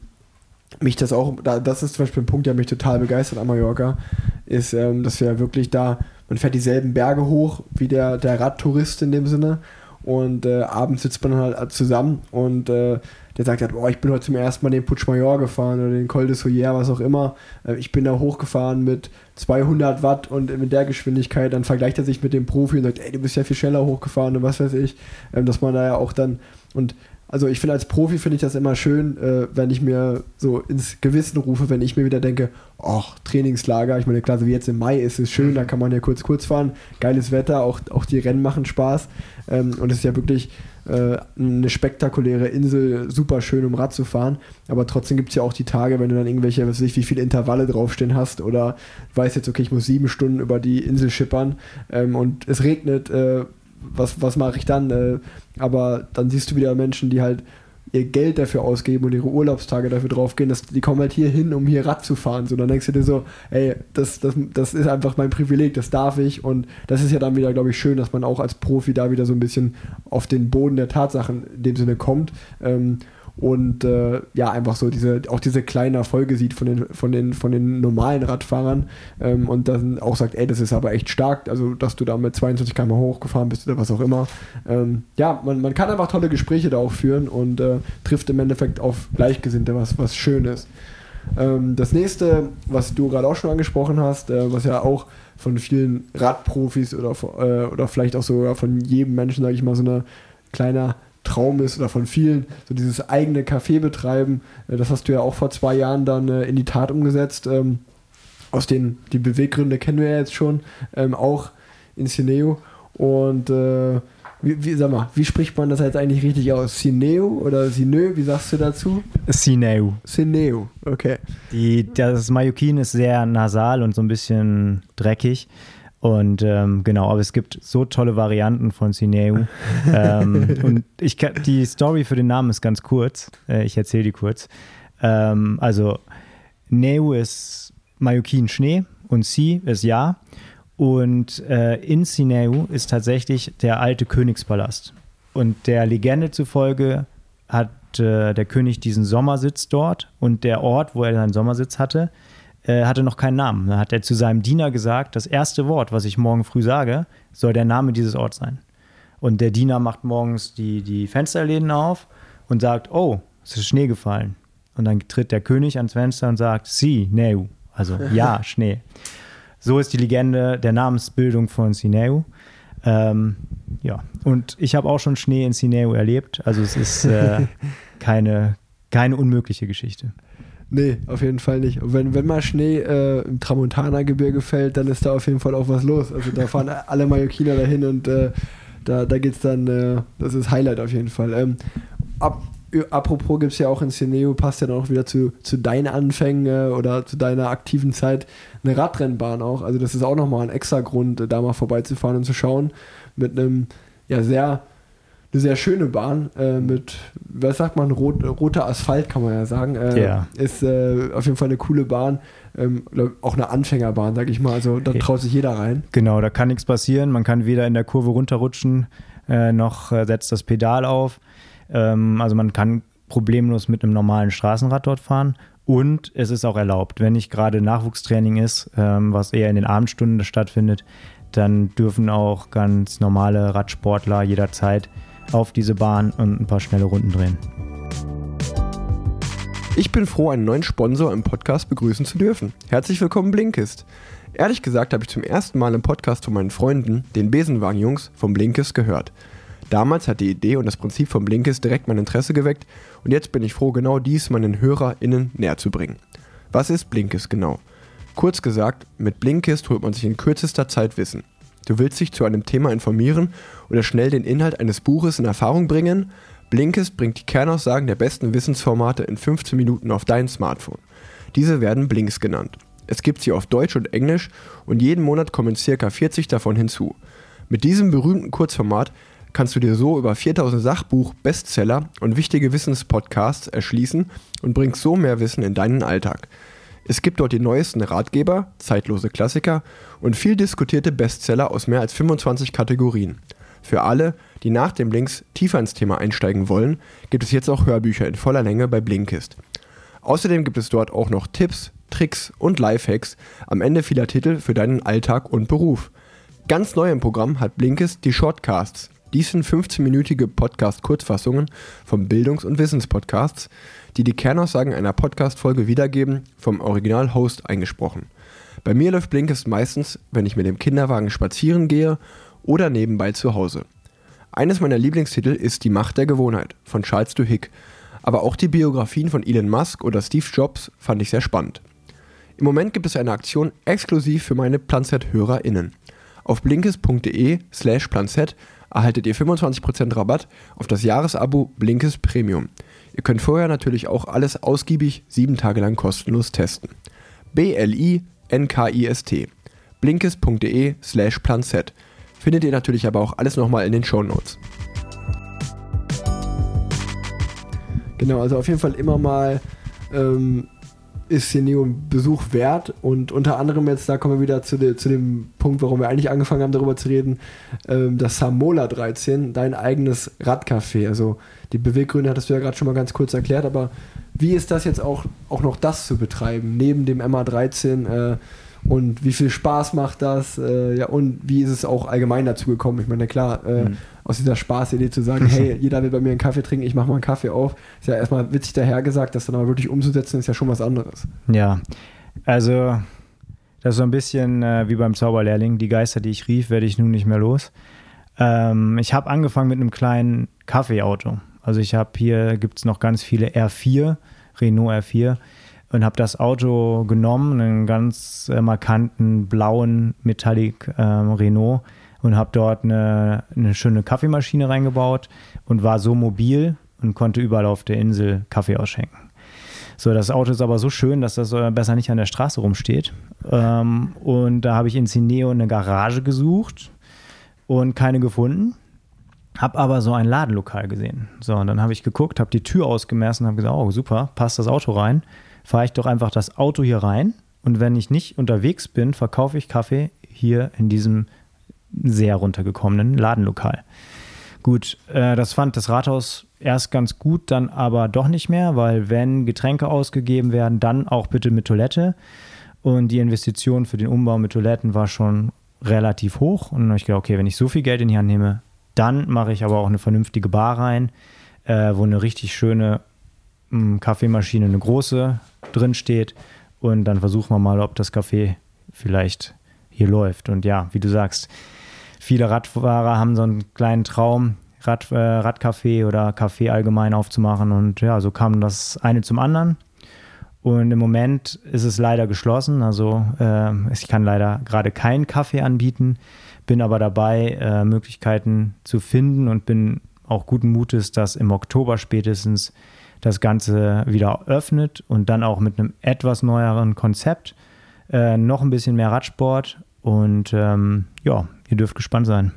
mich das auch, das ist zum Beispiel ein Punkt, der mich total begeistert an Mallorca, ist, dass wir wirklich da, man fährt dieselben Berge hoch wie der Radtourist in dem Sinne und abends sitzt man halt zusammen und der sagt halt, ich bin heute zum ersten Mal den Puigmayor gefahren oder den Col de Soyer, was auch immer. Ich bin da hochgefahren mit 200 Watt und mit der Geschwindigkeit. Dann vergleicht er sich mit dem Profi und sagt, du bist ja viel schneller hochgefahren und was weiß ich. Dass man da ja auch dann, und also ich finde, als Profi finde ich das immer schön, wenn ich mir so ins Gewissen rufe, wenn ich mir wieder denke, Trainingslager, ich meine, klar, so wie jetzt im Mai ist es schön, da kann man ja kurz fahren, geiles Wetter, auch die Rennen machen Spaß und es ist ja wirklich eine spektakuläre Insel, super schön, um Rad zu fahren, aber trotzdem gibt es ja auch die Tage, wenn du dann irgendwelche, was weiß ich, wie viele Intervalle draufstehen hast oder weißt jetzt, okay, ich muss 7 Stunden über die Insel schippern und es regnet, was mache ich dann? Aber dann siehst du wieder Menschen, die halt ihr Geld dafür ausgeben und ihre Urlaubstage dafür draufgehen, die kommen halt hier hin, um hier Rad zu fahren. So, dann denkst du dir so, das ist einfach mein Privileg, das darf ich. Und das ist ja dann wieder, glaube ich, schön, dass man auch als Profi da wieder so ein bisschen auf den Boden der Tatsachen in dem Sinne kommt. Und einfach so diese kleinen Erfolge sieht von den normalen Radfahrern und dann auch sagt, das ist aber echt stark, also dass du da mit 22 km hochgefahren bist oder was auch immer. Man kann einfach tolle Gespräche da auch führen und trifft im Endeffekt auf Gleichgesinnte, was schön ist. Das nächste, was du gerade auch schon angesprochen hast, was ja auch von vielen Radprofis oder vielleicht auch sogar von jedem Menschen, sage ich mal, so eine kleiner Traum ist oder von vielen, so dieses eigene Café betreiben, das hast du ja auch vor 2 Jahren dann in die Tat umgesetzt. Die Beweggründe kennen wir ja jetzt schon, auch in Cineo. Und wie spricht man das jetzt eigentlich richtig aus? Cineo oder Cineu? Wie sagst du dazu? Cineo. Cineo, okay. Das Mallorquin ist sehr nasal und so ein bisschen dreckig. Und genau, aber es gibt so tolle Varianten von Cineu. Und die Story für den Namen ist ganz kurz. Ich erzähle die kurz. Also Neu ist Mallorquin Schnee und Si ist Jahr. Und in Cineu ist tatsächlich der alte Königspalast. Und der Legende zufolge hat der König diesen Sommersitz dort und der Ort, wo er seinen Sommersitz hatte noch keinen Namen. Da hat er zu seinem Diener gesagt, das erste Wort, was ich morgen früh sage, soll der Name dieses Orts sein. Und der Diener macht morgens die Fensterläden auf und sagt, es ist Schnee gefallen. Und dann tritt der König ans Fenster und sagt, Si, Neu, also ja, Schnee. So ist die Legende der Namensbildung von Cineu. Und ich habe auch schon Schnee in Cineu erlebt, also es ist keine unmögliche Geschichte. Nee, auf jeden Fall nicht. Und wenn mal Schnee im Tramontana-Gebirge fällt, dann ist da auf jeden Fall auch was los. Also da fahren alle Mallorquiner dahin und da geht's dann, das ist Highlight auf jeden Fall. Apropos gibt es ja auch in Cineu, passt ja dann auch wieder zu deinen Anfängen oder zu deiner aktiven Zeit, eine Radrennbahn auch. Also das ist auch nochmal ein extra Grund, da mal vorbeizufahren und zu schauen. Mit einem, eine sehr schöne Bahn mit, was sagt man, roter Asphalt, kann man ja sagen. Ist auf jeden Fall eine coole Bahn. Auch eine Anfängerbahn, sag ich mal. Also da traut sich jeder rein. Genau, da kann nichts passieren. Man kann weder in der Kurve runterrutschen, noch setzt das Pedal auf. Also man kann problemlos mit einem normalen Straßenrad dort fahren. Und es ist auch erlaubt, wenn nicht gerade Nachwuchstraining ist, was eher in den Abendstunden stattfindet, dann dürfen auch ganz normale Radsportler jederzeit auf diese Bahn und ein paar schnelle Runden drehen. Ich bin froh, einen neuen Sponsor im Podcast begrüßen zu dürfen. Herzlich willkommen, Blinkist. Ehrlich gesagt habe ich zum ersten Mal im Podcast von meinen Freunden, den Besenwagen-Jungs, vom Blinkist gehört. Damals hat die Idee und das Prinzip von Blinkist direkt mein Interesse geweckt und jetzt bin ich froh, genau dies meinen HörerInnen näher zu bringen. Was ist Blinkist genau? Kurz gesagt, mit Blinkist holt man sich in kürzester Zeit Wissen. Du willst dich zu einem Thema informieren oder schnell den Inhalt eines Buches in Erfahrung bringen? Blinkist bringt die Kernaussagen der besten Wissensformate in 15 Minuten auf dein Smartphone. Diese werden Blinks genannt. Es gibt sie auf Deutsch und Englisch und jeden Monat kommen ca. 40 davon hinzu. Mit diesem berühmten Kurzformat kannst du dir so über 4000 Sachbuch, Bestseller und wichtige Wissenspodcasts erschließen und bringst so mehr Wissen in deinen Alltag. Es gibt dort die neuesten Ratgeber, zeitlose Klassiker und viel diskutierte Bestseller aus mehr als 25 Kategorien. Für alle, die nach dem Links tiefer ins Thema einsteigen wollen, gibt es jetzt auch Hörbücher in voller Länge bei Blinkist. Außerdem gibt es dort auch noch Tipps, Tricks und Lifehacks am Ende vieler Titel für deinen Alltag und Beruf. Ganz neu im Programm hat Blinkist die Shortcasts. Dies sind 15-minütige Podcast-Kurzfassungen von Bildungs- und Wissenspodcasts, die die Kernaussagen einer Podcast-Folge wiedergeben, vom Original-Host eingesprochen. Bei mir läuft Blinkist meistens, wenn ich mit dem Kinderwagen spazieren gehe oder nebenbei zu Hause. Eines meiner Lieblingstitel ist Die Macht der Gewohnheit von Charles Duhigg, aber auch die Biografien von Elon Musk oder Steve Jobs fand ich sehr spannend. Im Moment gibt es eine Aktion exklusiv für meine Planzett-HörerInnen. Auf blinkist.de/planzett erhaltet ihr 25% Rabatt auf das Jahresabo Blinkist Premium. Ihr könnt vorher natürlich auch alles ausgiebig 7 Tage lang kostenlos testen. BLINKIST. blinkist.de/planzett. Findet ihr natürlich aber auch alles nochmal in den Shownotes. Genau, also auf jeden Fall immer mal ist hier Neo ein Besuch wert und unter anderem jetzt, da kommen wir wieder zu dem Punkt, warum wir eigentlich angefangen haben, darüber zu reden, das Samola 13, dein eigenes Radcafé. Also die Beweggründe hattest du ja gerade schon mal ganz kurz erklärt, aber wie ist das jetzt auch noch das zu betreiben, neben dem MA13 und wie viel Spaß macht das? Ja, und wie ist es auch allgemein dazu gekommen? Ich meine, klar, aus dieser Spaßidee zu sagen, hey, jeder will bei mir einen Kaffee trinken, ich mache mal einen Kaffee auf, ist ja erstmal witzig dahergesagt, das dann aber wirklich umzusetzen, ist ja schon was anderes. Ja, also das ist so ein bisschen wie beim Zauberlehrling, die Geister, die ich rief, werde ich nun nicht mehr los. Ich habe angefangen mit einem kleinen Kaffeeauto. Also gibt es noch ganz viele R4, Renault R4, und habe das Auto genommen, einen ganz markanten blauen Metallic Renault, und habe dort eine schöne Kaffeemaschine reingebaut und war so mobil und konnte überall auf der Insel Kaffee ausschenken. So, das Auto ist aber so schön, dass das besser nicht an der Straße rumsteht. Und da habe ich in Cineo eine Garage gesucht und keine gefunden. Habe aber so ein Ladenlokal gesehen. So, und dann habe ich geguckt, habe die Tür ausgemessen und habe gesagt, oh super, passt das Auto rein. Fahre ich doch einfach das Auto hier rein und wenn ich nicht unterwegs bin, verkaufe ich Kaffee hier in diesem sehr runtergekommenen Ladenlokal. Gut, das fand das Rathaus erst ganz gut, dann aber doch nicht mehr, weil wenn Getränke ausgegeben werden, dann auch bitte mit Toilette. Und die Investition für den Umbau mit Toiletten war schon relativ hoch. Und dann habe ich gedacht, okay, wenn ich so viel Geld in die Hand nehme, dann mache ich aber auch eine vernünftige Bar rein, wo eine richtig schöne Kaffeemaschine, eine große, drin steht. Und dann versuchen wir mal, ob das Café vielleicht hier läuft. Und ja, wie du sagst, viele Radfahrer haben so einen kleinen Traum, Radcafé oder Café allgemein aufzumachen. Und ja, so kam das eine zum anderen. Und im Moment ist es leider geschlossen. Also ich kann leider gerade keinen Kaffee anbieten, bin aber dabei, Möglichkeiten zu finden und bin auch guten Mutes, dass im Oktober spätestens das Ganze wieder öffnet und dann auch mit einem etwas neueren Konzept, noch ein bisschen mehr Radsport und ja, ihr dürft gespannt sein.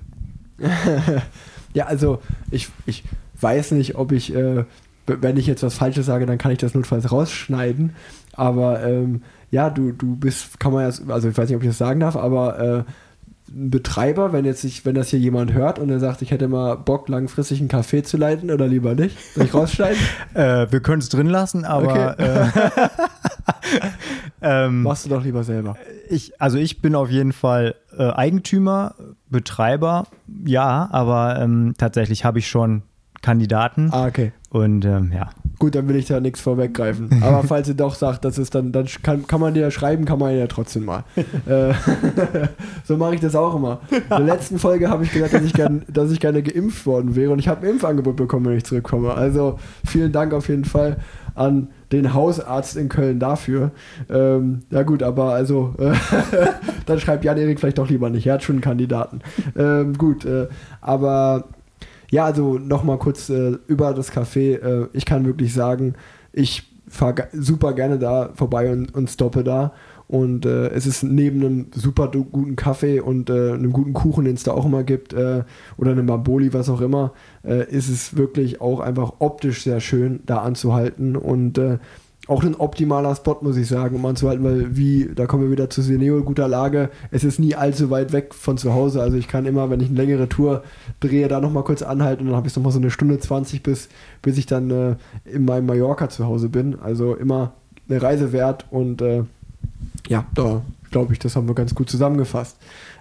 Ja, also ich weiß nicht, ob ich, wenn ich jetzt was Falsches sage, dann kann ich das notfalls rausschneiden, aber ja, du bist, kann man ja, also ich weiß nicht, ob ich das sagen darf, aber ein Betreiber, wenn das hier jemand hört und er sagt, ich hätte mal Bock, langfristig einen Café zu leiten oder lieber nicht, soll ich rausschneiden? Wir können es drin lassen, aber okay. Machst du doch lieber selber. Ich bin auf jeden Fall Eigentümer, Betreiber, ja, aber tatsächlich habe ich schon Kandidaten. Ah, okay. Und ja. Gut, dann will ich da nichts vorweggreifen. Aber falls ihr doch sagt, das ist dann kann man dir ja schreiben, kann man ja trotzdem mal. So mache ich das auch immer. In der letzten Folge habe ich gesagt, dass ich gerne geimpft worden wäre und ich habe ein Impfangebot bekommen, wenn ich zurückkomme. Also vielen Dank auf jeden Fall an den Hausarzt in Köln dafür. Ja gut, aber also dann schreibt Jan-Erik vielleicht doch lieber nicht. Er hat schon einen Kandidaten. Gut, aber ja, also nochmal kurz über das Café. Ich kann wirklich sagen, ich fahre super gerne da vorbei und stoppe da. Und es ist neben einem super guten Kaffee und einem guten Kuchen, den es da auch immer gibt, oder einem Bamboli, was auch immer, ist es wirklich auch einfach optisch sehr schön, da anzuhalten. Und auch ein optimaler Spot, muss ich sagen, um anzuhalten, weil da kommen wir wieder zu Seneo, guter Lage. Es ist nie allzu weit weg von zu Hause. Also ich kann immer, wenn ich eine längere Tour drehe, da nochmal kurz anhalten und dann habe ich nochmal so eine Stunde 20, bis ich dann in meinem Mallorca zu Hause bin. Also immer eine Reise wert und da glaube ich, das haben wir ganz gut zusammengefasst.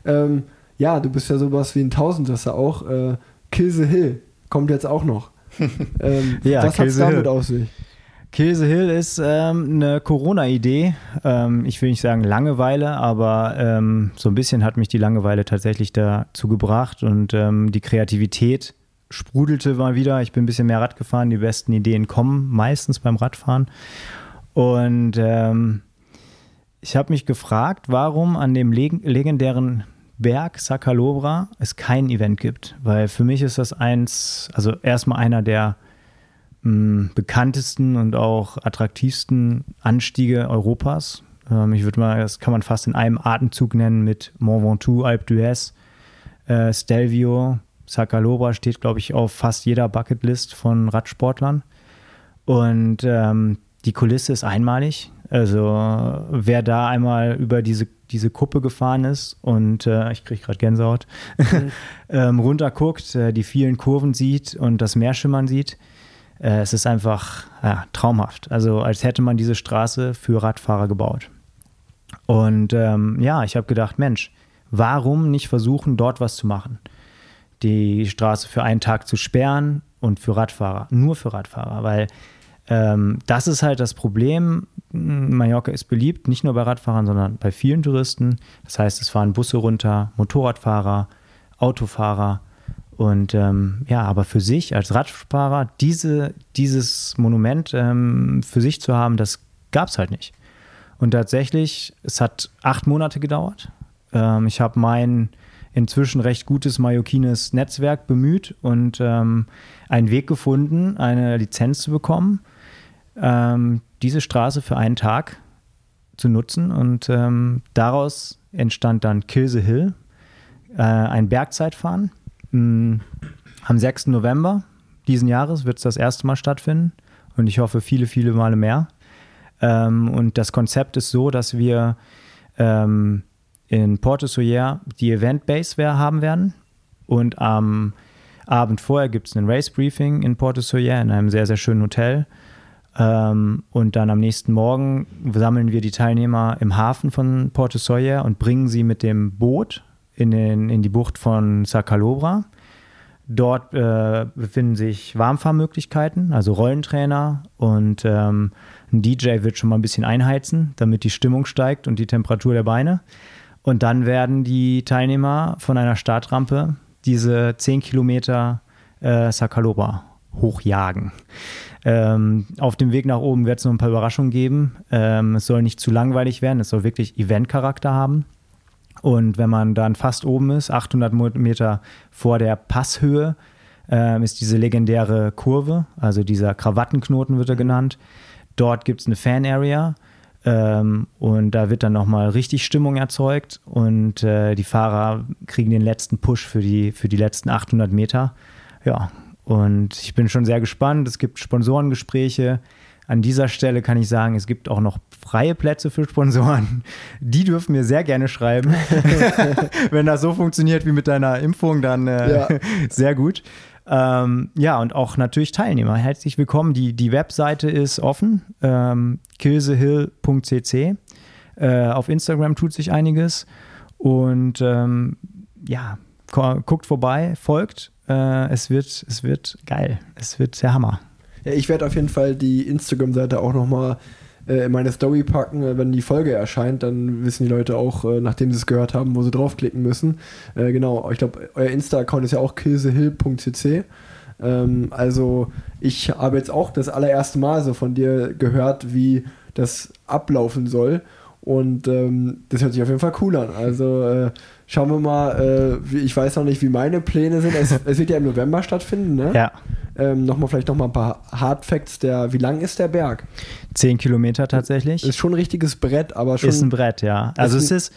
Du bist ja sowas wie ein Tausendsasser auch. Kill the Hill kommt jetzt auch noch. Was hat es damit auf sich? Kill the Hill ist eine Corona-Idee. Ich will nicht sagen Langeweile, aber so ein bisschen hat mich die Langeweile tatsächlich dazu gebracht und die Kreativität sprudelte mal wieder. Ich bin ein bisschen mehr Rad gefahren. Die besten Ideen kommen meistens beim Radfahren. Und ich habe mich gefragt, warum an dem legendären Berg Sacalobra es kein Event gibt. Weil für mich ist das erstmal einer der bekanntesten und auch attraktivsten Anstiege Europas. Das kann man fast in einem Atemzug nennen mit Mont Ventoux, Alpe d'Huez, Stelvio. Sacalobra steht, glaube ich, auf fast jeder Bucketlist von Radsportlern. Und die Kulisse ist einmalig. Also wer da einmal über diese Kuppe gefahren ist und ich kriege gerade Gänsehaut, runterguckt, die vielen Kurven sieht und das Meer schimmern sieht, es ist einfach traumhaft. Also als hätte man diese Straße für Radfahrer gebaut. Und ich habe gedacht, Mensch, warum nicht versuchen, dort was zu machen? Die Straße für einen Tag zu sperren und für Radfahrer, nur für Radfahrer, weil das ist halt das Problem. Mallorca ist beliebt, nicht nur bei Radfahrern, sondern bei vielen Touristen. Das heißt, es fahren Busse runter, Motorradfahrer, Autofahrer. Und aber für sich als Radfahrer dieses Monument für sich zu haben, das gab es halt nicht. Und tatsächlich, es hat 8 Monate gedauert. Ich habe mein inzwischen recht gutes mallorquines Netzwerk bemüht und einen Weg gefunden, eine Lizenz zu bekommen, diese Straße für einen Tag zu nutzen. Und daraus entstand dann Kill the Hill, ein Bergzeitfahren. Am 6. November diesen Jahres wird es das erste Mal stattfinden und ich hoffe viele, viele Male mehr. Und das Konzept ist so, dass wir in Porto Soler die Event-Base haben werden und am Abend vorher gibt es ein Race-Briefing in Porto Soler in einem sehr, sehr schönen Hotel. Und dann am nächsten Morgen sammeln wir die Teilnehmer im Hafen von Porto Soler und bringen sie mit dem Boot in die Bucht von Sacalobra. Dort befinden sich Warmfahrmöglichkeiten, also Rollentrainer und ein DJ wird schon mal ein bisschen einheizen, damit die Stimmung steigt und die Temperatur der Beine. Und dann werden die Teilnehmer von einer Startrampe diese 10 Kilometer Sacalobra hochjagen. Auf dem Weg nach oben wird es noch ein paar Überraschungen geben. Es soll nicht zu langweilig werden, es soll wirklich Eventcharakter haben. Und wenn man dann fast oben ist, 800 Meter vor der Passhöhe, ist diese legendäre Kurve, also dieser Krawattenknoten wird er genannt. Dort gibt es eine Fan-Area und da wird dann nochmal richtig Stimmung erzeugt und die Fahrer kriegen den letzten Push für die letzten 800 Meter. Ja, und ich bin schon sehr gespannt. Es gibt Sponsorengespräche. An dieser Stelle kann ich sagen, es gibt auch noch freie Plätze für Sponsoren. Die dürfen mir sehr gerne schreiben. Wenn das so funktioniert wie mit deiner Impfung, dann sehr gut. Und auch natürlich Teilnehmer. Herzlich willkommen. Die Webseite ist offen, killthehill.cc. Auf Instagram tut sich einiges. Und guckt vorbei, folgt. Es wird geil. Es wird der Hammer. Ja, ich werde auf jeden Fall die Instagram-Seite auch nochmal in meine Story packen. Wenn die Folge erscheint, dann wissen die Leute auch, nachdem sie es gehört haben, wo sie draufklicken müssen. Genau, ich glaube, euer Insta-Account ist ja auch killthehill.cc. Also ich habe jetzt auch das allererste Mal so von dir gehört, wie das ablaufen soll. Und das hört sich auf jeden Fall cool an. Also schauen wir mal, ich weiß noch nicht, wie meine Pläne sind. Es wird ja im November stattfinden, ne? Ja. vielleicht nochmal ein paar Hardfacts. Wie lang ist der Berg? 10 Kilometer tatsächlich. Ist schon ein richtiges Brett, aber schon... Ist ein Brett, ja. Also es ist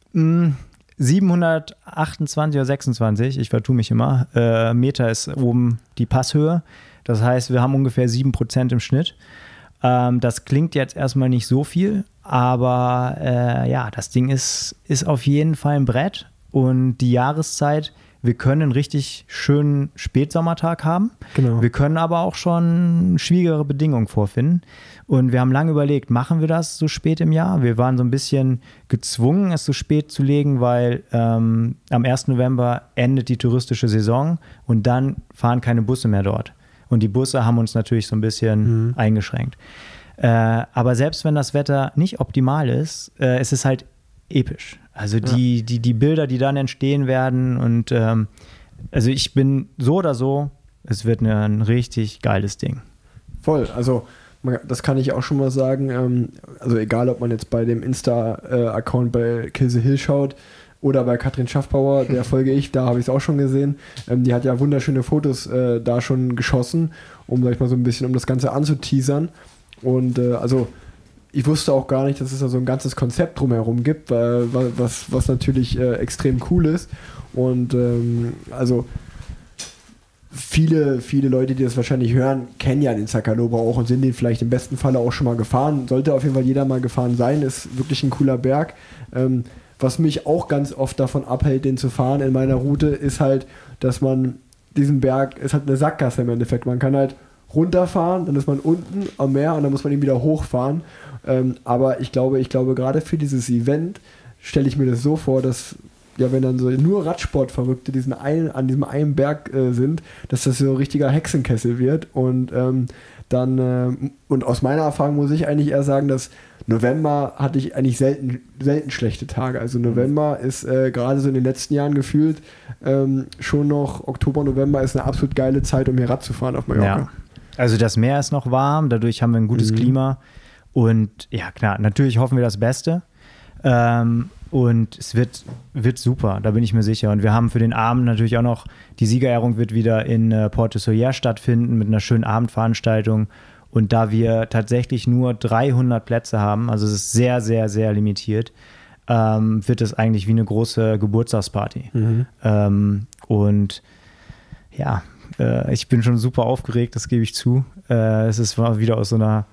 728 oder 26, ich vertue mich immer, Meter ist oben die Passhöhe. Das heißt, wir haben ungefähr 7% im Schnitt. Das klingt jetzt erstmal nicht so viel, aber das Ding ist auf jeden Fall ein Brett. Und die Jahreszeit, wir können einen richtig schönen Spätsommertag haben. Genau. Wir können aber auch schon schwierigere Bedingungen vorfinden. Und wir haben lange überlegt, machen wir das so spät im Jahr? Wir waren so ein bisschen gezwungen, es so spät zu legen, weil am 1. November endet die touristische Saison und dann fahren keine Busse mehr dort. Und die Busse haben uns natürlich so ein bisschen eingeschränkt. Aber selbst wenn das Wetter nicht optimal ist, es ist halt episch. Also die Bilder, die dann entstehen werden und also ich bin so oder so, es wird ein richtig geiles Ding. Voll, also das kann ich auch schon mal sagen, also egal, ob man jetzt bei dem Insta-Account bei Kill the Hill schaut oder bei Katrin Schaffbauer, der folge ich, da habe ich es auch schon gesehen, die hat ja wunderschöne Fotos da schon geschossen, sag ich mal, so ein bisschen, um das Ganze anzuteasern und also ich wusste auch gar nicht, dass es da so ein ganzes Konzept drumherum gibt, was natürlich extrem cool ist. Und also viele Leute, die das wahrscheinlich hören, kennen ja den Sacalobra auch und sind den vielleicht im besten Falle auch schon mal gefahren. Sollte auf jeden Fall jeder mal gefahren sein, ist wirklich ein cooler Berg. Was mich auch ganz oft davon abhält, den zu fahren in meiner Route, ist halt, dass man diesen Berg, ist halt eine Sackgasse im Endeffekt. Man kann halt runterfahren, dann ist man unten am Meer und dann muss man ihn wieder hochfahren. Aber ich glaube, gerade für dieses Event stelle ich mir das so vor, dass, ja, wenn dann so nur Radsportverrückte an diesem einen Berg sind, dass das so ein richtiger Hexenkessel wird. Und und aus meiner Erfahrung muss ich eigentlich eher sagen, dass November hatte ich eigentlich selten schlechte Tage. Also November ist gerade so in den letzten Jahren gefühlt schon noch Oktober, November ist eine absolut geile Zeit, um hier Rad zu fahren auf Mallorca. Ja. Also das Meer ist noch warm, dadurch haben wir ein gutes Klima. Und ja, klar, natürlich hoffen wir das Beste. Und es wird super, da bin ich mir sicher. Und wir haben für den Abend natürlich auch noch, die Siegerehrung wird wieder in Port de Sóller stattfinden mit einer schönen Abendveranstaltung. Und da wir tatsächlich nur 300 Plätze haben, also es ist sehr, sehr, sehr limitiert, wird es eigentlich wie eine große Geburtstagsparty. Und ja, ich bin schon super aufgeregt, das gebe ich zu. Es war wieder aus so einer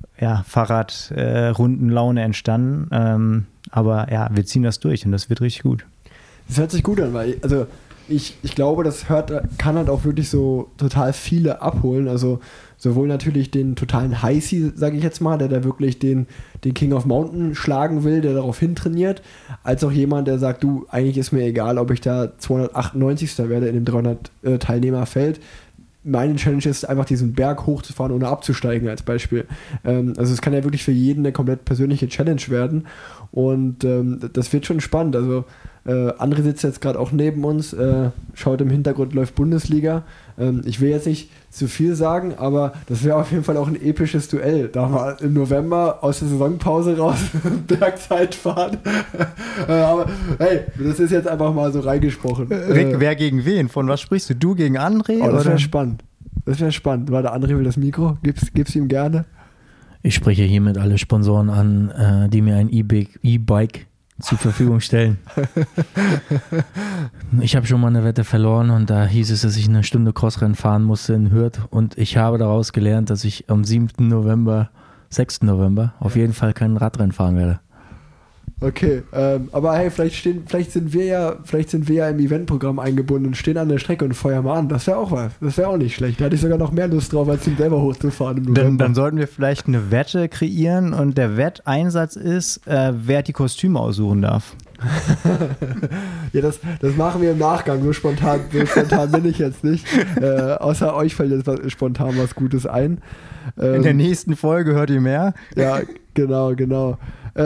Fahrradrundenlaune entstanden. Aber ja, wir ziehen das durch und das wird richtig gut. Das hört sich gut an, weil also ich glaube, das kann halt auch wirklich so total viele abholen. Also sowohl natürlich den totalen Heißi, sage ich jetzt mal, der da wirklich den King of Mountain schlagen will, der darauf hintrainiert, als auch jemand, der sagt, du, eigentlich ist mir egal, ob ich da 298. werde in dem 300 Teilnehmerfeld. Meine Challenge ist einfach, diesen Berg hochzufahren, ohne abzusteigen als Beispiel. Also es kann ja wirklich für jeden eine komplett persönliche Challenge werden und das wird schon spannend. Also André sitzt jetzt gerade auch neben uns, schaut im Hintergrund, läuft Bundesliga. Ich will jetzt nicht zu viel sagen, aber das wäre auf jeden Fall auch ein episches Duell. Da mal im November aus der Saisonpause raus Bergzeit fahren. Aber hey, das ist jetzt einfach mal so reingesprochen. Rick, wer gegen wen? Von was sprichst du? Du gegen André? Oh, das wäre spannend. Das wäre spannend. Warte, André will das Mikro. Gib's ihm gerne. Ich spreche hiermit alle Sponsoren an, die mir ein E-Bike zur Verfügung stellen. Ich habe schon mal eine Wette verloren und da hieß es, dass ich eine Stunde Crossrennen fahren musste in Hürth und ich habe daraus gelernt, dass ich am 6. November auf jeden Fall kein Radrennen fahren werde. Okay, aber hey, vielleicht sind wir ja im Eventprogramm eingebunden und stehen an der Strecke und feuern mal an. Das wäre auch was. Das wäre auch nicht schlecht. Da hatte ich sogar noch mehr Lust drauf, als ihn selber hochzufahren im November. Dann sollten wir vielleicht eine Wette kreieren und der Wetteinsatz ist, wer die Kostüme aussuchen darf. Ja, das machen wir im Nachgang. So spontan bin ich jetzt nicht. Außer euch fällt jetzt spontan was Gutes ein. In der nächsten Folge hört ihr mehr. Ja, genau.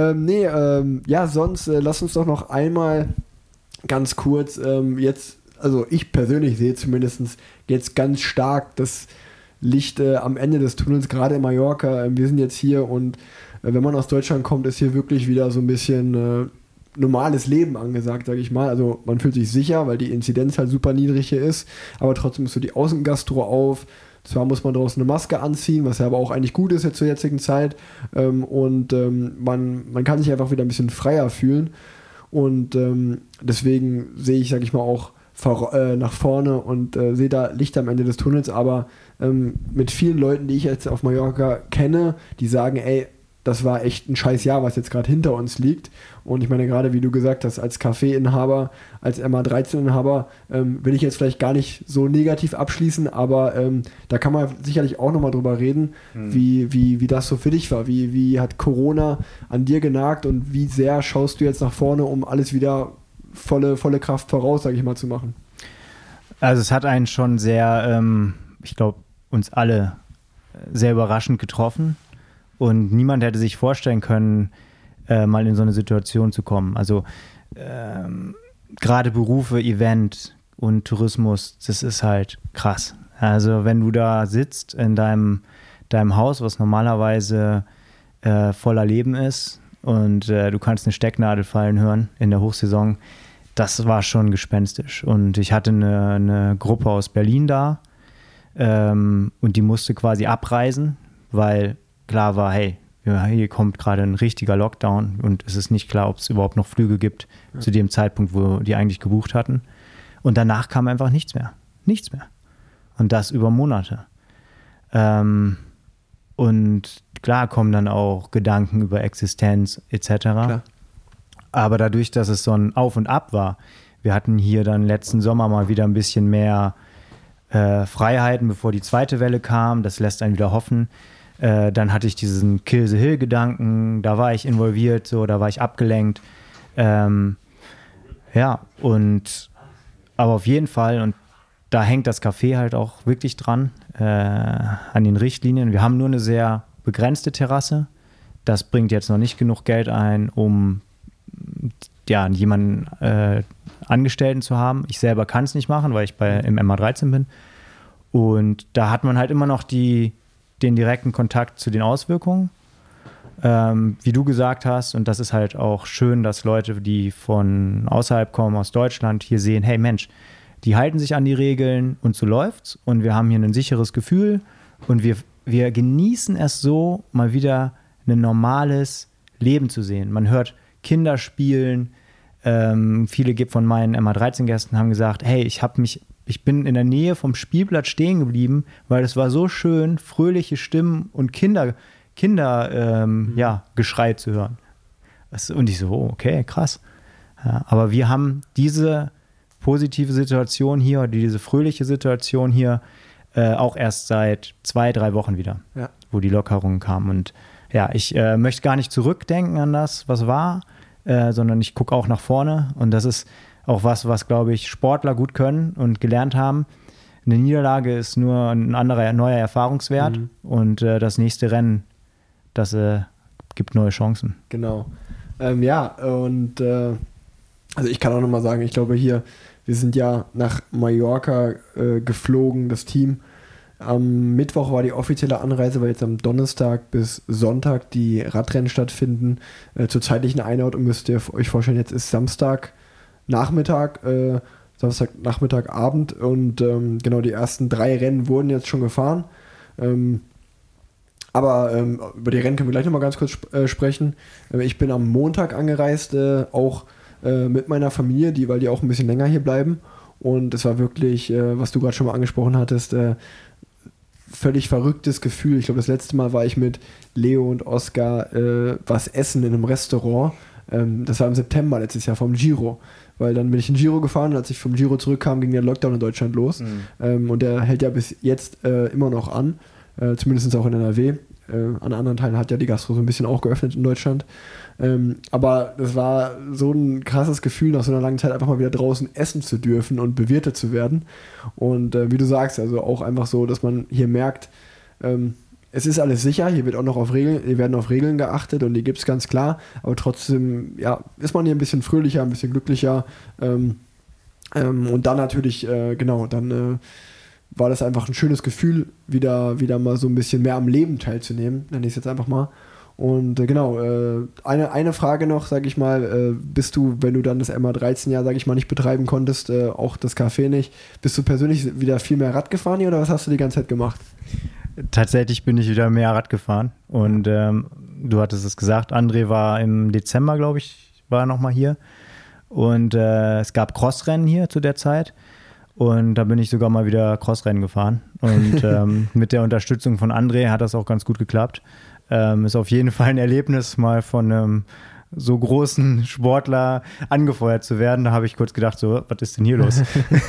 Sonst lass uns doch noch einmal ganz kurz jetzt, also ich persönlich sehe zumindest jetzt ganz stark das Licht am Ende des Tunnels, gerade in Mallorca. Wir sind jetzt hier und wenn man aus Deutschland kommt, ist hier wirklich wieder so ein bisschen normales Leben angesagt, sage ich mal. Also man fühlt sich sicher, weil die Inzidenz halt super niedrig hier ist, aber trotzdem ist so die Außengastro auf. Zwar muss man draußen eine Maske anziehen, was ja aber auch eigentlich gut ist jetzt zur jetzigen Zeit. Man kann sich einfach wieder ein bisschen freier fühlen. Und deswegen sehe ich, sage ich mal, auch nach vorne und sehe da Licht am Ende des Tunnels. Aber mit vielen Leuten, die ich jetzt auf Mallorca kenne, die sagen, ey, das war echt ein scheiß Jahr, was jetzt gerade hinter uns liegt. Und ich meine, gerade wie du gesagt hast, als Café-Inhaber, als MA13-Inhaber, will ich jetzt vielleicht gar nicht so negativ abschließen, aber da kann man sicherlich auch nochmal drüber reden, wie das so für dich war. Wie hat Corona an dir genagt und wie sehr schaust du jetzt nach vorne, um alles wieder volle Kraft voraus, sage ich mal, zu machen? Also es hat einen schon sehr, ich glaube, uns alle sehr überraschend getroffen. Und niemand hätte sich vorstellen können, mal in so eine Situation zu kommen. Also gerade Berufe, Event und Tourismus, das ist halt krass. Also wenn du da sitzt in deinem Haus, was normalerweise voller Leben ist und du kannst eine Stecknadel fallen hören in der Hochsaison, das war schon gespenstisch. Und ich hatte eine Gruppe aus Berlin da und die musste quasi abreisen, weil klar war, hey, hier kommt gerade ein richtiger Lockdown und es ist nicht klar, ob es überhaupt noch Flüge gibt zu dem Zeitpunkt, wo die eigentlich gebucht hatten. Und danach kam einfach nichts mehr. Nichts mehr. Und das über Monate. Und klar kommen dann auch Gedanken über Existenz etc. Klar. Aber dadurch, dass es so ein Auf und Ab war, wir hatten hier dann letzten Sommer mal wieder ein bisschen mehr Freiheiten, bevor die zweite Welle kam. Das lässt einen wieder hoffen. Dann hatte ich diesen Kill the Hill-Gedanken, da war ich involviert, so, da war ich abgelenkt. Aber auf jeden Fall, und da hängt das Café halt auch wirklich dran, an den Richtlinien. Wir haben nur eine sehr begrenzte Terrasse. Das bringt jetzt noch nicht genug Geld ein, um jemanden Angestellten zu haben. Ich selber kann es nicht machen, weil ich im MA13 bin. Und da hat man halt immer noch den direkten Kontakt zu den Auswirkungen, wie du gesagt hast. Und das ist halt auch schön, dass Leute, die von außerhalb kommen, aus Deutschland, hier sehen, hey Mensch, die halten sich an die Regeln und so läuft's. Und wir haben hier ein sicheres Gefühl und wir genießen es so, mal wieder ein normales Leben zu sehen. Man hört Kinder spielen. Viele von meinen MA13-Gästen haben gesagt, hey, ich bin in der Nähe vom Spielplatz stehen geblieben, weil es war so schön, fröhliche Stimmen und Geschrei zu hören. Und ich so, okay, krass. Ja, aber wir haben diese positive Situation hier, oder diese fröhliche Situation hier, auch erst seit 2-3 Wochen wieder, wo die Lockerungen kamen. Und ja, ich möchte gar nicht zurückdenken an das, was war, sondern ich gucke auch nach vorne. Und das ist auch was, glaube ich, Sportler gut können und gelernt haben. Eine Niederlage ist nur ein neuer Erfahrungswert und das nächste Rennen, das gibt neue Chancen. Genau. Also ich kann auch nochmal sagen, ich glaube wir sind ja nach Mallorca geflogen, das Team. Am Mittwoch war die offizielle Anreise, weil jetzt am Donnerstag bis Sonntag die Radrennen stattfinden. Zur zeitlichen Einordnung müsst ihr euch vorstellen, jetzt ist Samstagnachmittag, Samstagnachmittagabend und genau, die ersten 3 Rennen wurden jetzt schon gefahren. Aber über die Rennen können wir gleich nochmal ganz kurz sprechen. Ich bin am Montag angereist, auch mit meiner Familie, weil die auch ein bisschen länger hier bleiben. Und es war wirklich, was du gerade schon mal angesprochen hattest, völlig verrücktes Gefühl. Ich glaube, das letzte Mal war ich mit Leo und Oskar was essen in einem Restaurant. Das war im September letztes Jahr vom Giro. Weil dann bin ich in Giro gefahren und als ich vom Giro zurückkam, ging der Lockdown in Deutschland los. Und der hält ja bis jetzt immer noch an. Zumindest auch in NRW. An anderen Teilen hat ja die Gastro so ein bisschen auch geöffnet in Deutschland. Aber das war so ein krasses Gefühl, nach so einer langen Zeit einfach mal wieder draußen essen zu dürfen und bewirtet zu werden. Und wie du sagst, also auch einfach so, dass man hier merkt, es ist alles sicher, hier werden auf Regeln geachtet und die gibt es ganz klar, aber trotzdem ist man hier ein bisschen fröhlicher, ein bisschen glücklicher. Und dann natürlich, war das einfach ein schönes Gefühl, wieder mal so ein bisschen mehr am Leben teilzunehmen, nenne ich es jetzt einfach mal. Und genau, eine Frage noch, sag ich mal, bist du, wenn du dann das MA13-Jahr, sag ich mal, nicht betreiben konntest, auch das Café nicht, bist du persönlich wieder viel mehr Rad gefahren hier oder was hast du die ganze Zeit gemacht? Tatsächlich bin ich wieder mehr Rad gefahren und du hattest es gesagt, André war im Dezember, glaube ich, war er nochmal hier und es gab Crossrennen hier zu der Zeit und da bin ich sogar mal wieder Crossrennen gefahren und mit der Unterstützung von André hat das auch ganz gut geklappt. Ist auf jeden Fall ein Erlebnis, mal von einem so großen Sportler angefeuert zu werden. Da habe ich kurz gedacht, so, was ist denn hier los?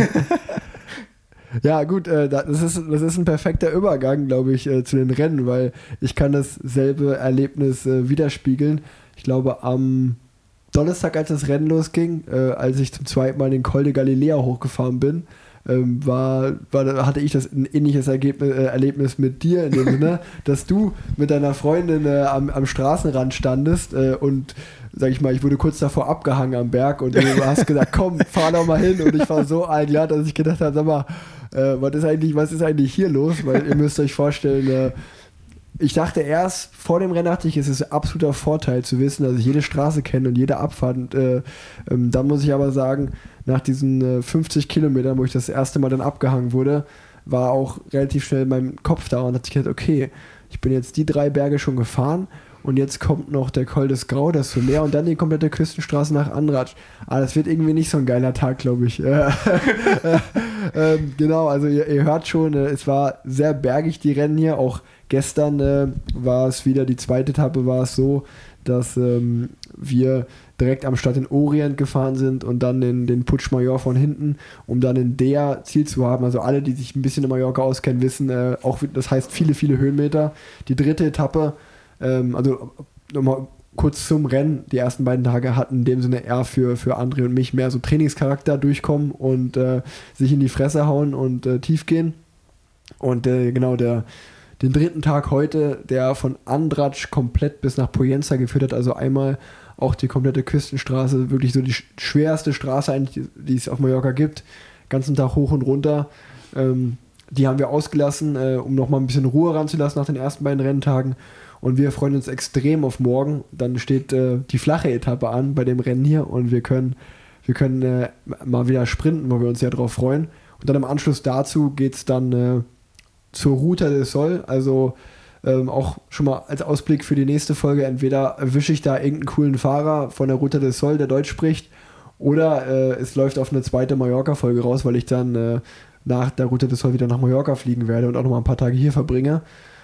Ja gut, das ist ein perfekter Übergang, glaube ich, zu den Rennen, weil ich kann dasselbe Erlebnis widerspiegeln. Ich glaube, am Donnerstag, als das Rennen losging, als ich zum zweiten Mal den Col de Galilea hochgefahren bin, hatte ich ein ähnliches Erlebnis mit dir in dem Sinne, dass du mit deiner Freundin am Straßenrand standest und, sag ich mal, ich wurde kurz davor abgehangen am Berg und du hast gesagt, komm, fahr doch mal hin und ich war so eingeladen, dass ich gedacht habe, sag mal, was ist eigentlich hier los? Weil ihr müsst euch vorstellen, ich dachte erst, vor dem Rennen es ist ein absoluter Vorteil zu wissen, dass ich jede Straße kenne und jede Abfahrt. Dann muss ich aber sagen, nach diesen 50 Kilometern, wo ich das erste Mal dann abgehangen wurde, war auch relativ schnell mein Kopf da und hat sich gedacht, okay, ich bin jetzt die 3 Berge schon gefahren und jetzt kommt noch der Col des Grau, das Soler und dann die komplette Küstenstraße nach Andratsch. Aber das wird irgendwie nicht so ein geiler Tag, glaube ich. Genau, also ihr hört schon, es war sehr bergig, die Rennen hier. Auch gestern war es wieder, die zweite Etappe war es so, dass wir direkt am Start in Orient gefahren sind und dann in den Puig Major von hinten, um dann in der Ziel zu haben. Also alle, die sich ein bisschen in Mallorca auskennen, wissen, auch das heißt viele, viele Höhenmeter. Die dritte Etappe, also nochmal kurz zum Rennen, die ersten beiden Tage hatten in dem Sinne eher für André und mich mehr so Trainingscharakter durchkommen und sich in die Fresse hauen und tief gehen. Und genau, den dritten Tag heute, der von Andratsch komplett bis nach Poyenza geführt hat, also einmal auch die komplette Küstenstraße, wirklich so die schwerste Straße eigentlich, die es auf Mallorca gibt, ganzen Tag hoch und runter. Die haben wir ausgelassen, um nochmal ein bisschen Ruhe ranzulassen nach den ersten beiden Renntagen. Und wir freuen uns extrem auf morgen. Dann steht die flache Etappe an bei dem Rennen hier und wir können mal wieder sprinten, wo wir uns sehr drauf freuen. Und dann im Anschluss dazu geht es dann zur Ruta del Sol, also auch schon mal als Ausblick für die nächste Folge, entweder erwische ich da irgendeinen coolen Fahrer von der Ruta del Sol, der Deutsch spricht, oder es läuft auf eine zweite Mallorca-Folge raus, weil ich dann nach der Ruta del Sol wieder nach Mallorca fliegen werde und auch noch mal ein paar Tage hier verbringe.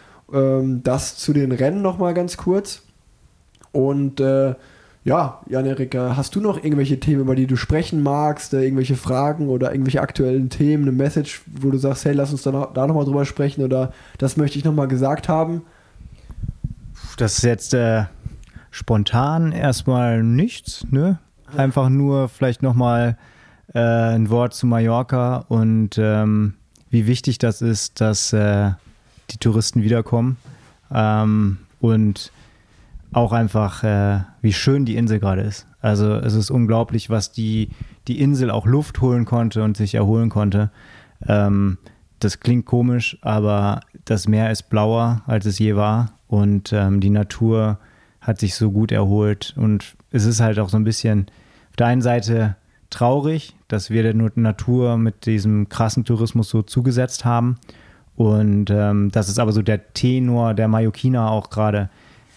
Das zu den Rennen noch mal ganz kurz. Und ja, Jan-Erik, hast du noch irgendwelche Themen, über die du sprechen magst, irgendwelche Fragen oder irgendwelche aktuellen Themen, eine Message, wo du sagst, hey, lass uns da noch mal drüber sprechen oder das möchte ich noch mal gesagt haben? Das ist jetzt spontan erstmal nichts, ne? Einfach nur vielleicht noch mal ein Wort zu Mallorca und wie wichtig das ist, dass die Touristen wiederkommen und auch einfach, wie schön die Insel gerade ist. Also es ist unglaublich, was die Insel auch Luft holen konnte und sich erholen konnte. Das klingt komisch, aber das Meer ist blauer, als es je war und die Natur hat sich so gut erholt und es ist halt auch so ein bisschen auf der einen Seite traurig, dass wir der Natur mit diesem krassen Tourismus so zugesetzt haben und das ist aber so der Tenor der Mallorquiner auch gerade,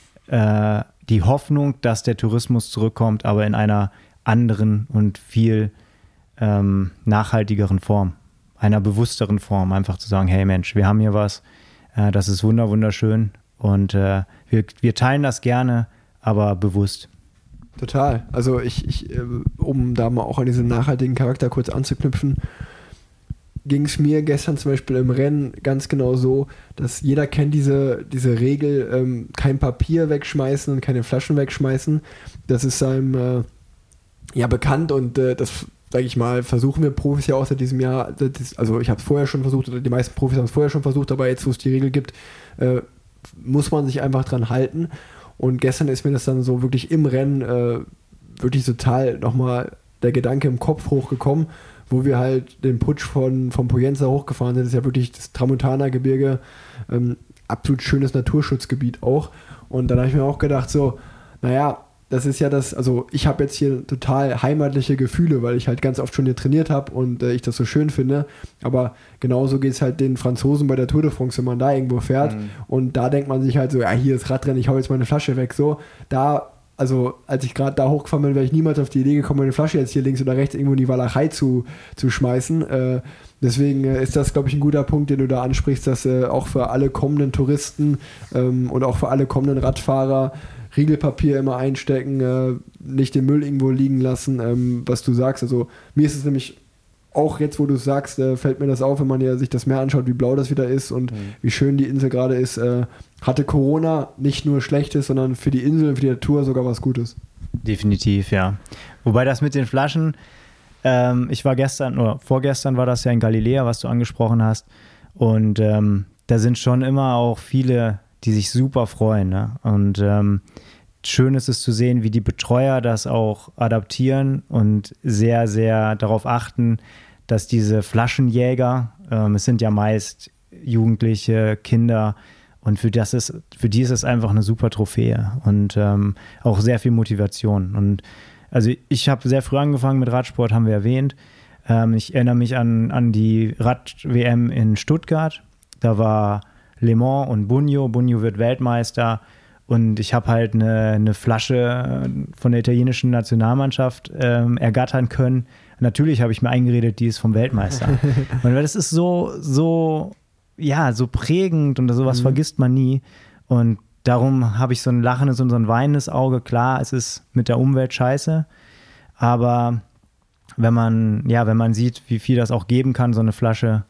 die Hoffnung, dass der Tourismus zurückkommt, aber in einer anderen und viel nachhaltigeren Form, einer bewussteren Form, einfach zu sagen, hey Mensch, wir haben hier was, das ist wunderschön und wir teilen das gerne, aber bewusst. Total. Also um da mal auch an diesen nachhaltigen Charakter kurz anzuknüpfen, ging es mir gestern zum Beispiel im Rennen ganz genau so, dass jeder kennt diese Regel, kein Papier wegschmeißen und keine Flaschen wegschmeißen. Das ist einem bekannt und das, sage ich mal, versuchen wir Profis ja auch seit diesem Jahr, also ich habe es vorher schon versucht, oder die meisten Profis haben es vorher schon versucht, aber jetzt, wo es die Regel gibt, muss man sich einfach dran halten. Und gestern ist mir das dann so wirklich im Rennen wirklich total nochmal der Gedanke im Kopf hochgekommen, wo wir halt den Puig von Poyenza hochgefahren sind. Das ist ja wirklich das Tramontana-Gebirge. absolut schönes Naturschutzgebiet auch. Und dann habe ich mir auch gedacht, so, naja, das ist ja das, also ich habe jetzt hier total heimatliche Gefühle, weil ich halt ganz oft schon hier trainiert habe und ich das so schön finde, aber genauso geht es halt den Franzosen bei der Tour de France, wenn man da irgendwo fährt und da denkt man sich halt so, ja, hier ist Radrennen, ich hau jetzt meine Flasche weg, so, da, also als ich gerade da hochgefahren bin, wäre ich niemals auf die Idee gekommen, meine Flasche jetzt hier links oder rechts irgendwo in die Walachei zu schmeißen, deswegen ist das, glaube ich, ein guter Punkt, den du da ansprichst, dass auch für alle kommenden Touristen und auch für alle kommenden Radfahrer Riegelpapier immer einstecken, nicht den Müll irgendwo liegen lassen, was du sagst. Also mir ist es nämlich auch jetzt, wo du es sagst, fällt mir das auf, wenn man ja sich das Meer anschaut, wie blau das wieder ist und wie schön die Insel gerade ist. Hatte Corona nicht nur Schlechtes, sondern für die Insel und für die Natur sogar was Gutes. Definitiv, ja. Wobei das mit den Flaschen, ich war gestern oder vorgestern war das ja in Galiläa, was du angesprochen hast und da sind schon immer auch viele, die sich super freuen, ne? Und schön ist es zu sehen, wie die Betreuer das auch adaptieren und sehr, sehr darauf achten, dass diese Flaschenjäger, es sind ja meist Jugendliche, Kinder und für die ist es einfach eine super Trophäe und auch sehr viel Motivation. Und also ich habe sehr früh angefangen mit Radsport, haben wir erwähnt. Ich erinnere mich an die Rad-WM in Stuttgart. Da war Le Mans und Bugno. Bugno wird Weltmeister und ich habe halt eine Flasche von der italienischen Nationalmannschaft ergattern können. Natürlich habe ich mir eingeredet, die ist vom Weltmeister. Und das ist so prägend und sowas vergisst man nie. Und darum habe ich so ein lachendes und so ein weinendes Auge. Klar, es ist mit der Umwelt scheiße, aber wenn man sieht, wie viel das auch geben kann, so eine Flasche,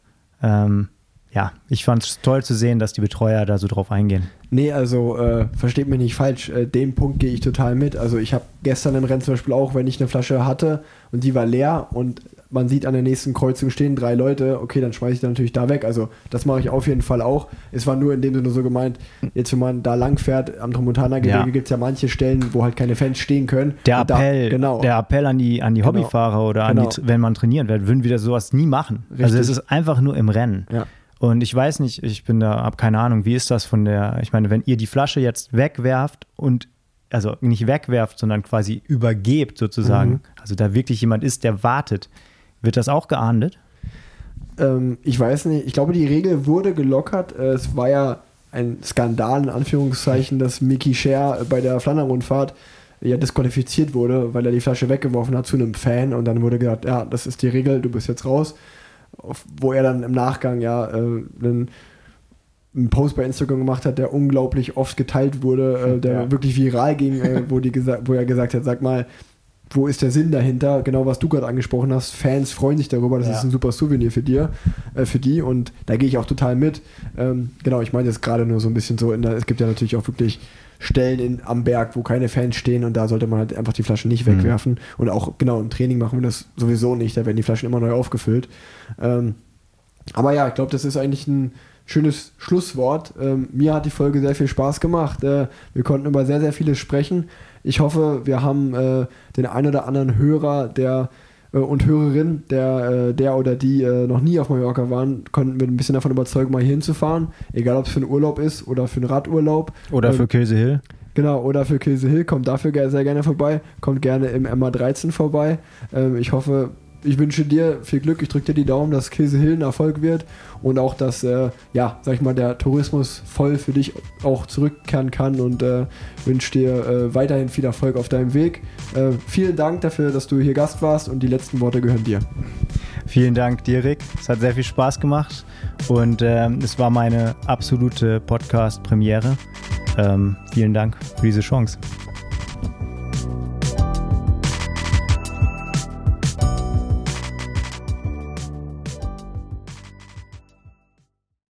ich fand es toll zu sehen, dass die Betreuer da so drauf eingehen. Nee, also versteht mich nicht falsch, den Punkt gehe ich total mit. Also ich habe gestern im Rennen zum Beispiel auch, wenn ich eine Flasche hatte und die war leer und man sieht an der nächsten Kreuzung stehen 3 Leute, okay, dann schmeiße ich dann natürlich da weg. Also das mache ich auf jeden Fall auch. Es war nur in dem Sinne so gemeint, jetzt wenn man da lang fährt, am Tramontana-Gebirge gibt es ja manche Stellen, wo halt keine Fans stehen können. Der Appell an die Hobbyfahrer oder wenn man trainieren will, würden wir das sowas nie machen. Richtig. Also es ist einfach nur im Rennen. Ja. Und ich weiß nicht, habe keine Ahnung, wie ist das ich meine, wenn ihr die Flasche jetzt wegwerft also nicht wegwerft, sondern quasi übergebt sozusagen, also da wirklich jemand ist, der wartet, wird das auch geahndet? Ich weiß nicht, ich glaube, die Regel wurde gelockert. Es war ja ein Skandal, in Anführungszeichen, dass Micky Scher bei der Flandern-Rundfahrt ja disqualifiziert wurde, weil er die Flasche weggeworfen hat zu einem Fan und dann wurde gesagt, ja, das ist die Regel, du bist jetzt raus. Wo er dann im Nachgang einen Post bei Instagram gemacht hat, der unglaublich oft geteilt wurde, der wirklich viral ging, wo er gesagt hat, sag mal, wo ist der Sinn dahinter? Genau, was du gerade angesprochen hast. Fans freuen sich darüber, das ist ein super Souvenir für die und da gehe ich auch total mit. Genau, ich meine jetzt gerade nur so ein bisschen so, es gibt ja natürlich auch wirklich Stellen am Berg, wo keine Fans stehen und da sollte man halt einfach die Flaschen nicht wegwerfen und auch genau im Training machen wir das sowieso nicht, da werden die Flaschen immer neu aufgefüllt. Aber ja, ich glaube, das ist eigentlich ein schönes Schlusswort. Mir hat die Folge sehr viel Spaß gemacht. Wir konnten über sehr, sehr vieles sprechen. Ich hoffe, wir haben den ein oder anderen Hörer, und Hörerin, der oder die noch nie auf Mallorca waren, konnten wir ein bisschen davon überzeugen, mal hier hinzufahren. Egal, ob es für einen Urlaub ist oder für einen Radurlaub. Oder für Kilse Hill. Genau, oder für Kilse Hill. Kommt dafür sehr gerne vorbei. Kommt gerne im MA13 vorbei. Ich wünsche dir viel Glück. Ich drücke dir die Daumen, dass Kilse Hill ein Erfolg wird und auch, dass der Tourismus voll für dich auch zurückkehren kann und wünsche dir weiterhin viel Erfolg auf deinem Weg. Vielen Dank dafür, dass du hier Gast warst und die letzten Worte gehören dir. Vielen Dank dir, Rick. Es hat sehr viel Spaß gemacht und es war meine absolute Podcast-Premiere. Vielen Dank für diese Chance.